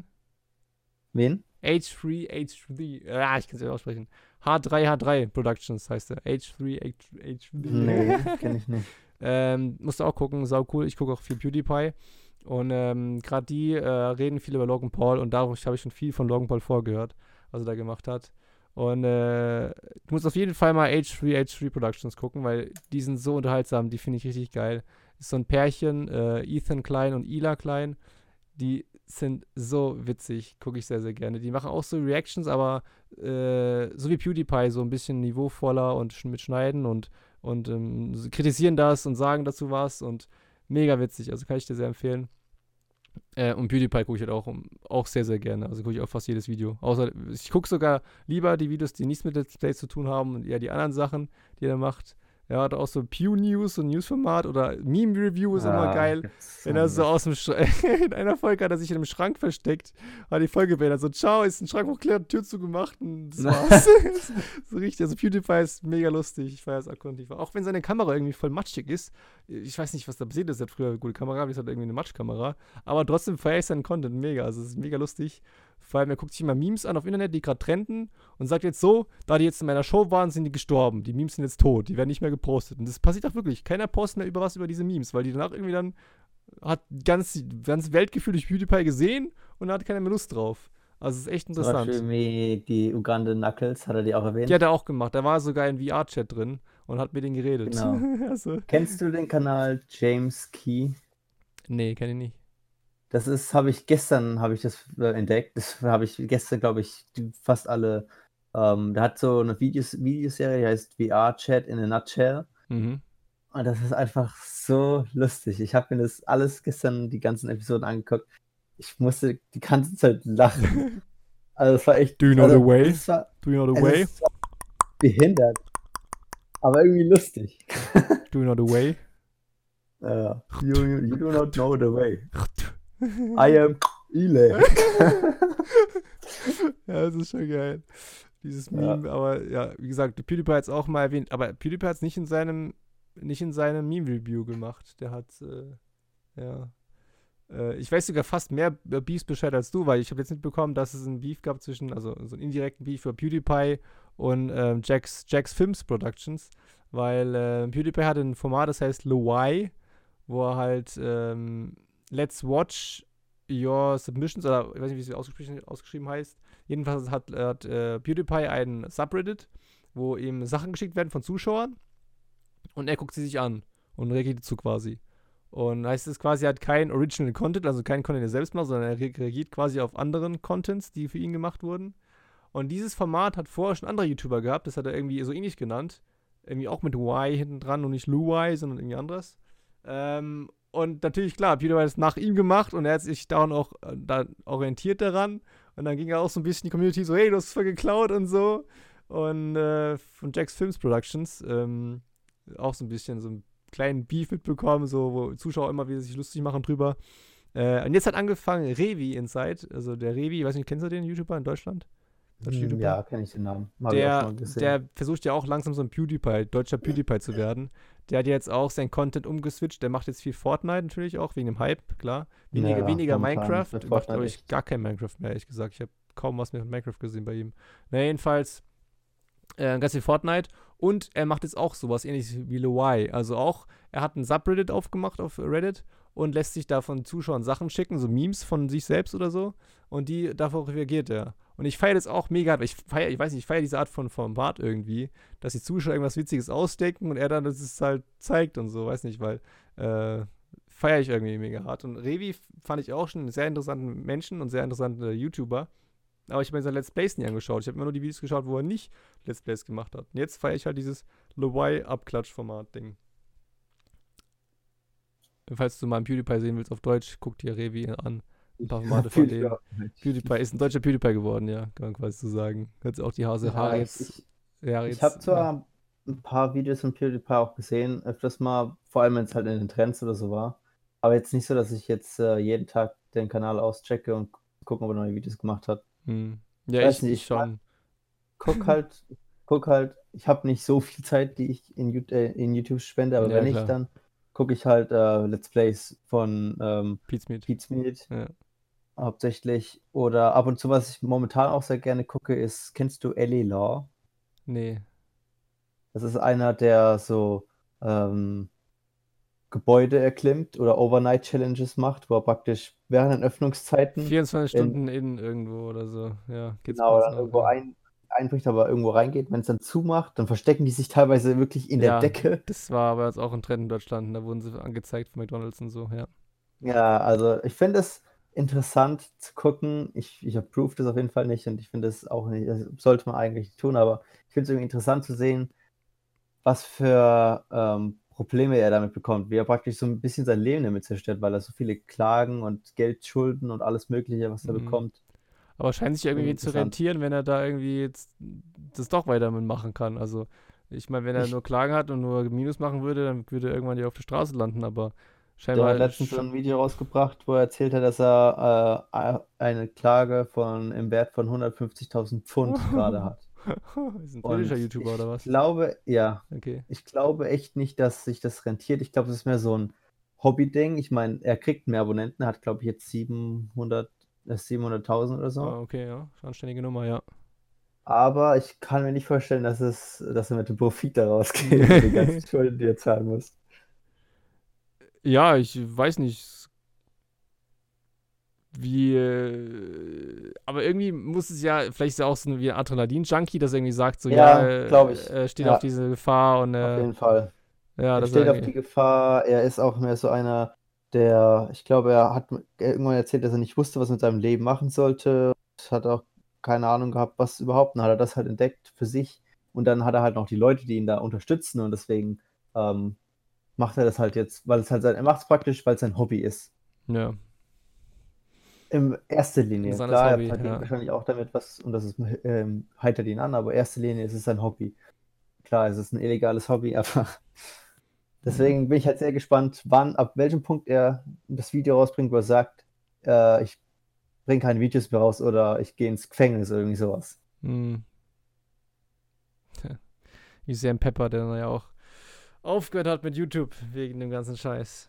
Wen? H drei H drei, ja, ich kann es ja aussprechen. H drei H drei Productions heißt er. H drei H drei. Nee, kenne ich nicht. ähm, musst du auch gucken, sau cool. Ich gucke auch viel PewDiePie. Und ähm, gerade die äh, reden viel über Logan Paul und dadurch habe ich schon viel von Logan Paul vorgehört, was er da gemacht hat. Und äh, du musst auf jeden Fall mal H drei H drei Productions gucken, weil die sind so unterhaltsam, die finde ich richtig geil. Ist so ein Pärchen, äh, Ethan Klein und Ila Klein, die sind so witzig, gucke ich sehr, sehr gerne. Die machen auch so Reactions, aber äh, so wie PewDiePie, so ein bisschen niveauvoller und sch- mit Schneiden und, und ähm, so kritisieren das und sagen dazu was und mega witzig, also kann ich dir sehr empfehlen. Äh, und PewDiePie gucke ich halt auch, um, auch sehr, sehr gerne. Also gucke ich auch fast jedes Video. Außer, ich gucke sogar lieber die Videos, die nichts mit Let's Plays zu tun haben und eher die anderen Sachen, die er macht. Ja, hat auch so Pew News, so ein Newsformat oder Meme Review ist immer Ah, geil. gibt's Wenn er so einiges. aus dem Schrank, in einer Folge hat er sich in einem Schrank versteckt, hat die Folge beendet. So, ciao, ist ein Schrank hochgeklärt, Tür zugemacht und das war's. So richtig, also PewDiePie ist mega lustig. Ich feiere es aktiv. Auch wenn seine Kamera irgendwie voll matschig ist. Ich weiß nicht, was da passiert ist. Er hat früher eine gute Kamera, aber jetzt hat er irgendwie eine Matschkamera. Aber trotzdem feiere ich seinen Content mega. Also es ist mega lustig. Vor allem, er guckt sich immer Memes an auf Internet, die gerade trenden und sagt jetzt so, da die jetzt in meiner Show waren, sind die gestorben. Die Memes sind jetzt tot. Die werden nicht mehr gepostet. Und das passiert auch wirklich. Keiner postet mehr über was über diese Memes, weil die danach irgendwie dann hat ganz, ganz Weltgefühl durch PewDiePie gesehen und da hat keiner mehr Lust drauf. Also es ist echt Zum Beispiel interessant. wie die Uganda Knuckles, hat er die auch erwähnt? Die hat er auch gemacht. Da war sogar ein V R-Chat drin und hat mit denen geredet. Genau. Also, Kennst du den Kanal James Key? nee, kenn ich nicht. Das ist, habe ich gestern, habe ich das äh, entdeckt. Das habe ich gestern, glaube ich, die, fast alle. Ähm, der hat so eine Videos, Videoserie, die heißt V R-Chat in a Nutshell. Mhm. Und das ist einfach so lustig. Ich habe mir das alles gestern, die ganzen Episoden angeguckt. Ich musste die ganze Zeit lachen. Also es war echt. Do you know also, the way? Es war, Do you know the es way? ist zwar behindert, aber irgendwie lustig. Do you know the way? Uh, you, you, you do not know the way. I am Ile. Ja, das ist schon geil. dieses Ja. Meme, aber ja, wie gesagt, PewDiePie hat es auch mal erwähnt, aber PewDiePie hat es nicht in seinem, nicht in seinem Meme-Review gemacht. Der hat, äh, ja, äh, ich weiß sogar fast mehr über Beefs Bescheid als du, weil ich habe jetzt mitbekommen, dass es einen Beef gab zwischen, also so einen indirekten Beef für PewDiePie und ähm, Jax, Jax Films Productions, weil äh, PewDiePie hatte ein Format, das heißt Lowai, wo er halt ähm, Let's Watch Your Submissions, oder ich weiß nicht, wie es ausgeschrieben, ausgeschrieben heißt. Jedenfalls hat, hat äh, PewDiePie einen Subreddit, wo ihm Sachen geschickt werden von Zuschauern und er guckt sie sich an und reagiert dazu quasi. Und heißt es quasi, er hat kein Original Content, also kein Content, den er selbst macht, sondern er reagiert quasi auf anderen Contents, die für ihn gemacht wurden. Und dieses Format hat vorher schon andere YouTuber gehabt, das hat er irgendwie so ähnlich genannt. Irgendwie auch mit Y hinten dran und nicht Luai, sondern irgendwie anderes. Ähm, und natürlich, klar, PewDiePie hat es nach ihm gemacht und er hat sich daran auch äh, da orientiert daran. Und dann ging er auch so ein bisschen die Community so, hey, du hast es voll geklaut und so. Und äh, von Jax Films Productions ähm, auch so ein bisschen so einen kleinen Beef mitbekommen, so, wo Zuschauer immer wieder sich lustig machen drüber. Äh, und jetzt hat angefangen Revi Inside, also der Revi, ich weiß nicht, kennst du den YouTuber in Deutschland? Hm, YouTuber? ja, kenne ich den Namen. Habe ich auch schon Der, mal gesehen. der versucht ja auch langsam so ein PewDiePie, deutscher PewDiePie zu werden. Der hat jetzt auch sein Content umgeswitcht. Der macht jetzt viel Fortnite natürlich auch, wegen dem Hype, klar. Weniger, Ja, weniger momentan Minecraft. wird Macht, Fortnite glaube ich, echt- gar kein Minecraft mehr, ehrlich gesagt. Ich habe kaum was mehr von Minecraft gesehen bei ihm. Na, jedenfalls äh, ganz viel Fortnite. Und er macht jetzt auch sowas ähnliches wie Lowai. Also auch, er hat ein Subreddit aufgemacht auf Reddit und lässt sich da von Zuschauern Sachen schicken, so Memes von sich selbst oder so. Und die, darauf reagiert er. Und ich feiere das auch mega. Ich feiere, ich weiß nicht, ich feiere diese Art von Format irgendwie, dass die Zuschauer irgendwas Witziges ausdenken und er dann das halt zeigt und so, weiß nicht, weil äh, feiere ich irgendwie mega hart. Und Revi fand ich auch schon einen sehr interessanten Menschen und sehr interessanten YouTuber. Aber ich habe mir seine Let's Plays nie angeschaut. Ich habe immer nur die Videos geschaut, wo er nicht Let's Plays gemacht hat. Und jetzt feiere ich halt dieses Lowai-Abklatsch-Format-Ding. Falls du mal einen PewDiePie sehen willst auf Deutsch, guck dir Revi an. Ein paar Formate von dem. PewDiePie ist ein deutscher PewDiePie geworden, ja, kann man quasi so sagen. Hat auch die Hase, Haare Ja, jetzt. ich Haare ich jetzt habe zwar ein paar Videos von PewDiePie auch gesehen, öfters mal, vor allem wenn es halt in den Trends oder so war. Aber jetzt nicht so, dass ich jetzt äh, jeden Tag den Kanal auschecke und gucken, ob er neue Videos gemacht hat. Hm. Ja, Weiß ich, nicht, ich ich schon. Guck halt, guck halt, ich habe nicht so viel Zeit, die ich in, Yout- äh, in YouTube spende, aber Ja, wenn ich, klar. dann gucke ich halt äh, Let's Plays von ähm, Pete's Meat. Pete's Meat Ja. hauptsächlich. Oder ab und zu, was ich momentan auch sehr gerne gucke, ist, kennst du Ellie Law? Nee. Das ist einer, der so ähm, Gebäude erklimmt oder Overnight-Challenges macht, wo er praktisch während den Öffnungszeiten vierundzwanzig in, Stunden in irgendwo oder so. Ja, geht's genau, kurz dann noch. irgendwo Ja. ein, einbricht, aber irgendwo reingeht. Wenn es dann zumacht, dann verstecken die sich teilweise wirklich in der Ja, Decke. das war aber jetzt auch ein Trend in Deutschland. Da wurden sie angezeigt von McDonalds und so, ja. Ja, also ich finde es interessant zu gucken. Ich, ich approve das auf jeden Fall nicht und ich finde es auch nicht, das sollte man eigentlich nicht tun, aber ich finde es irgendwie interessant zu sehen, was für ähm, Probleme er damit bekommt, wie er praktisch so ein bisschen sein Leben damit zerstört, weil er so viele Klagen und Geldschulden und alles Mögliche, was er Mhm. bekommt. Aber scheint sich irgendwie zu Interessant. rentieren, wenn er da irgendwie jetzt das doch weiter mitmachen kann. Also, ich meine, wenn er Ich- nur Klagen hat und nur Minus machen würde, dann würde er irgendwann ja auf der Straße landen, aber Der scheinbar. hat letztens so sch- ein Video rausgebracht, wo er erzählt hat, dass er äh, eine Klage von, im Wert von hundertfünfzigtausend Pfund gerade hat. Ist ein Und britischer YouTuber oder ich was? glaube, ja, Okay. ich glaube echt nicht, dass sich das rentiert. Ich glaube, das ist mehr so ein Hobby-Ding. Ich meine, er kriegt mehr Abonnenten, er hat, glaube ich, jetzt siebenhundert, äh, siebenhunderttausend oder so. Ah, okay, ja. Ist eine anständige Nummer, ja. Aber ich kann mir nicht vorstellen, dass, es, dass er mit dem Profit daraus geht, mit den ganzen Schulden, die er zahlen muss. Ja, ich weiß nicht, wie. Äh, aber irgendwie muss es ja, vielleicht ist er auch so ein, wie ein Adrenalin-Junkie, dass er irgendwie sagt, so, ja, Ja, äh, glaube ich. er steht Ja, auf diese Gefahr und auf äh, jeden Fall. ja, Er dass er steht auf irgendwie. die Gefahr. Er ist auch mehr so einer, der, ich glaube, er hat irgendwann erzählt, dass er nicht wusste, was er mit seinem Leben machen sollte. Hat auch keine Ahnung gehabt, was überhaupt. Dann hat er das halt entdeckt für sich. Und dann hat er halt noch die Leute, die ihn da unterstützen. Und deswegen ähm, macht er das halt jetzt, weil es halt sein, er macht es praktisch, weil es sein Hobby ist. Ja, In erster Linie. interessantes Klar, er Hobby, verdient ja. wahrscheinlich auch damit was und das ist, ähm, heitert ihn an, aber in erster Linie ist es sein Hobby. Klar, es ist ein illegales Hobby, aber deswegen bin ich halt sehr gespannt, wann, ab welchem Punkt er das Video rausbringt, wo er sagt, äh, ich bringe keine Videos mehr raus oder ich gehe ins Gefängnis oder irgendwie sowas. Hm. wie Sam Pepper, der dann ja auch aufgehört hat mit YouTube wegen dem ganzen Scheiß.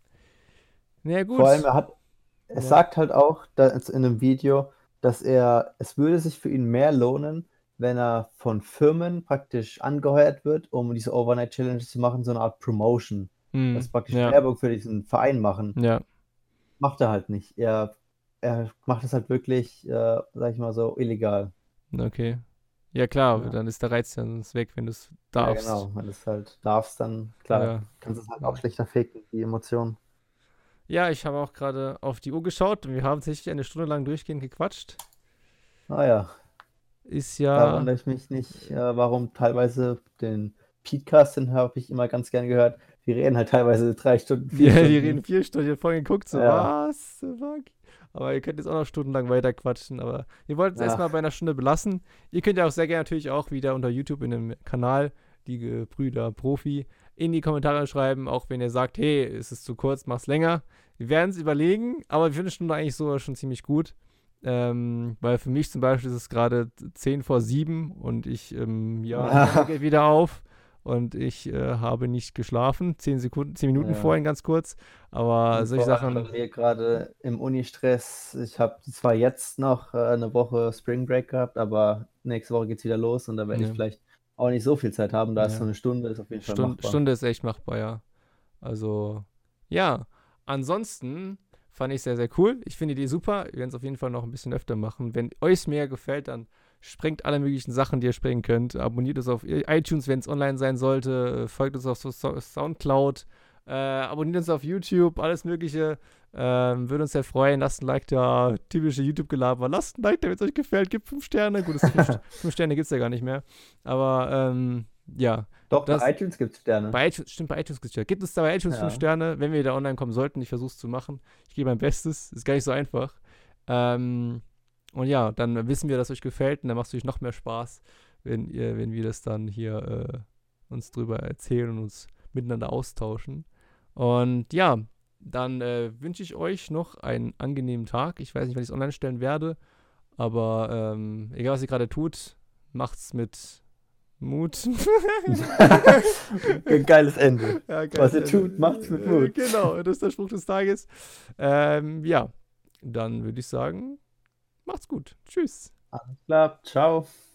Na ja, gut. Vor allem, er hat, er Ja. sagt halt auch da in einem Video, dass er, es würde sich für ihn mehr lohnen, wenn er von Firmen praktisch angeheuert wird, um diese Overnight Challenge zu machen, so eine Art Promotion. Hm, Das praktisch ja. Werbung für diesen Verein machen. Ja. Macht er halt nicht. Er, er macht es halt wirklich, äh, sag ich mal so, illegal. Okay. Ja, klar, Ja. dann ist der Reiz dann weg, wenn du es Ja, darfst. genau. Wenn du es halt darfst, dann klar, Ja. kannst du es halt auch schlechter faken, die Emotionen. Ja, ich habe auch gerade auf die Uhr geschaut und wir haben tatsächlich eine Stunde lang durchgehend gequatscht. Ah ja, Ist da ja. wundere ich mich nicht, äh, warum teilweise den Podcast, den habe ich immer ganz gern gehört. Wir reden halt teilweise drei Stunden, vier Ja, Stunden. die reden vier Stunden, ich hab vorhin geguckt, so, Ja. was? Fuck? Aber ihr könnt jetzt auch noch stundenlang weiter quatschen, aber wir wollten es Ja. erstmal bei einer Stunde belassen. Ihr könnt ja auch sehr gerne natürlich auch wieder unter YouTube in dem Kanal, die Gebrüder Profi, in die Kommentare schreiben, auch wenn ihr sagt, hey, es ist zu kurz, mach's länger. Wir werden es überlegen, aber wir finden eine Stunde eigentlich so schon ziemlich gut. Ähm, weil für mich zum Beispiel ist es gerade zehn vor sieben und ich, ähm, ja, Ah. geht wieder auf. Und ich äh, habe nicht geschlafen. Zehn Sekunden, zehn Minuten Ja. vorhin ganz kurz. Aber Und solche vor allem Sachen. bei mir gerade im Uni-Stress. Ich habe zwar jetzt noch äh, eine Woche Spring Break gehabt, aber nächste Woche geht's wieder los und da werde Ja. ich vielleicht auch nicht so viel Zeit haben. Da ist Ja. so eine Stunde, ist auf jeden Fall Stunde, machbar. Stunde ist echt machbar, ja. Also, ja. Ansonsten fand ich sehr, sehr cool. Ich finde die super. Wir werden es auf jeden Fall noch ein bisschen öfter machen. Wenn euch mehr gefällt, dann sprengt alle möglichen Sachen, die ihr sprengen könnt. Abonniert es auf iTunes, wenn es online sein sollte. Folgt uns auf so- Soundcloud. Äh, abonniert uns auf YouTube. Alles Mögliche. Ähm, würde uns sehr freuen. Lasst ein Like da. Typische YouTube-Gelaber. Lasst ein Like da, wenn es euch gefällt. Gebt fünf Sterne. Gut, fünf, fünf Sterne gibt es ja gar nicht mehr. Aber, ähm, ja. Doch, Das- bei iTunes gibt es Sterne. Bei iTunes, stimmt, bei iTunes gibt es ja. Gibt es da bei iTunes Ja. fünf Sterne, wenn wir wieder online kommen sollten? Ich versuche es zu machen. Ich gebe mein Bestes. Ist gar nicht so einfach. Ähm, und ja, dann wissen wir, dass es euch gefällt und dann macht es euch noch mehr Spaß, wenn ihr, wenn wir das dann hier äh, uns drüber erzählen und uns miteinander austauschen. Und ja, dann äh, wünsche ich euch noch einen angenehmen Tag. Ich weiß nicht, wann ich es online stellen werde, aber ähm, egal, was ihr gerade tut, macht's mit Mut. Geiles Ende. Ja, geil. Was ihr tut, macht's mit Mut. Äh, Genau, das ist der Spruch des Tages. Ähm, ja, dann würde ich sagen, macht's gut. Tschüss. Alles klar, ciao.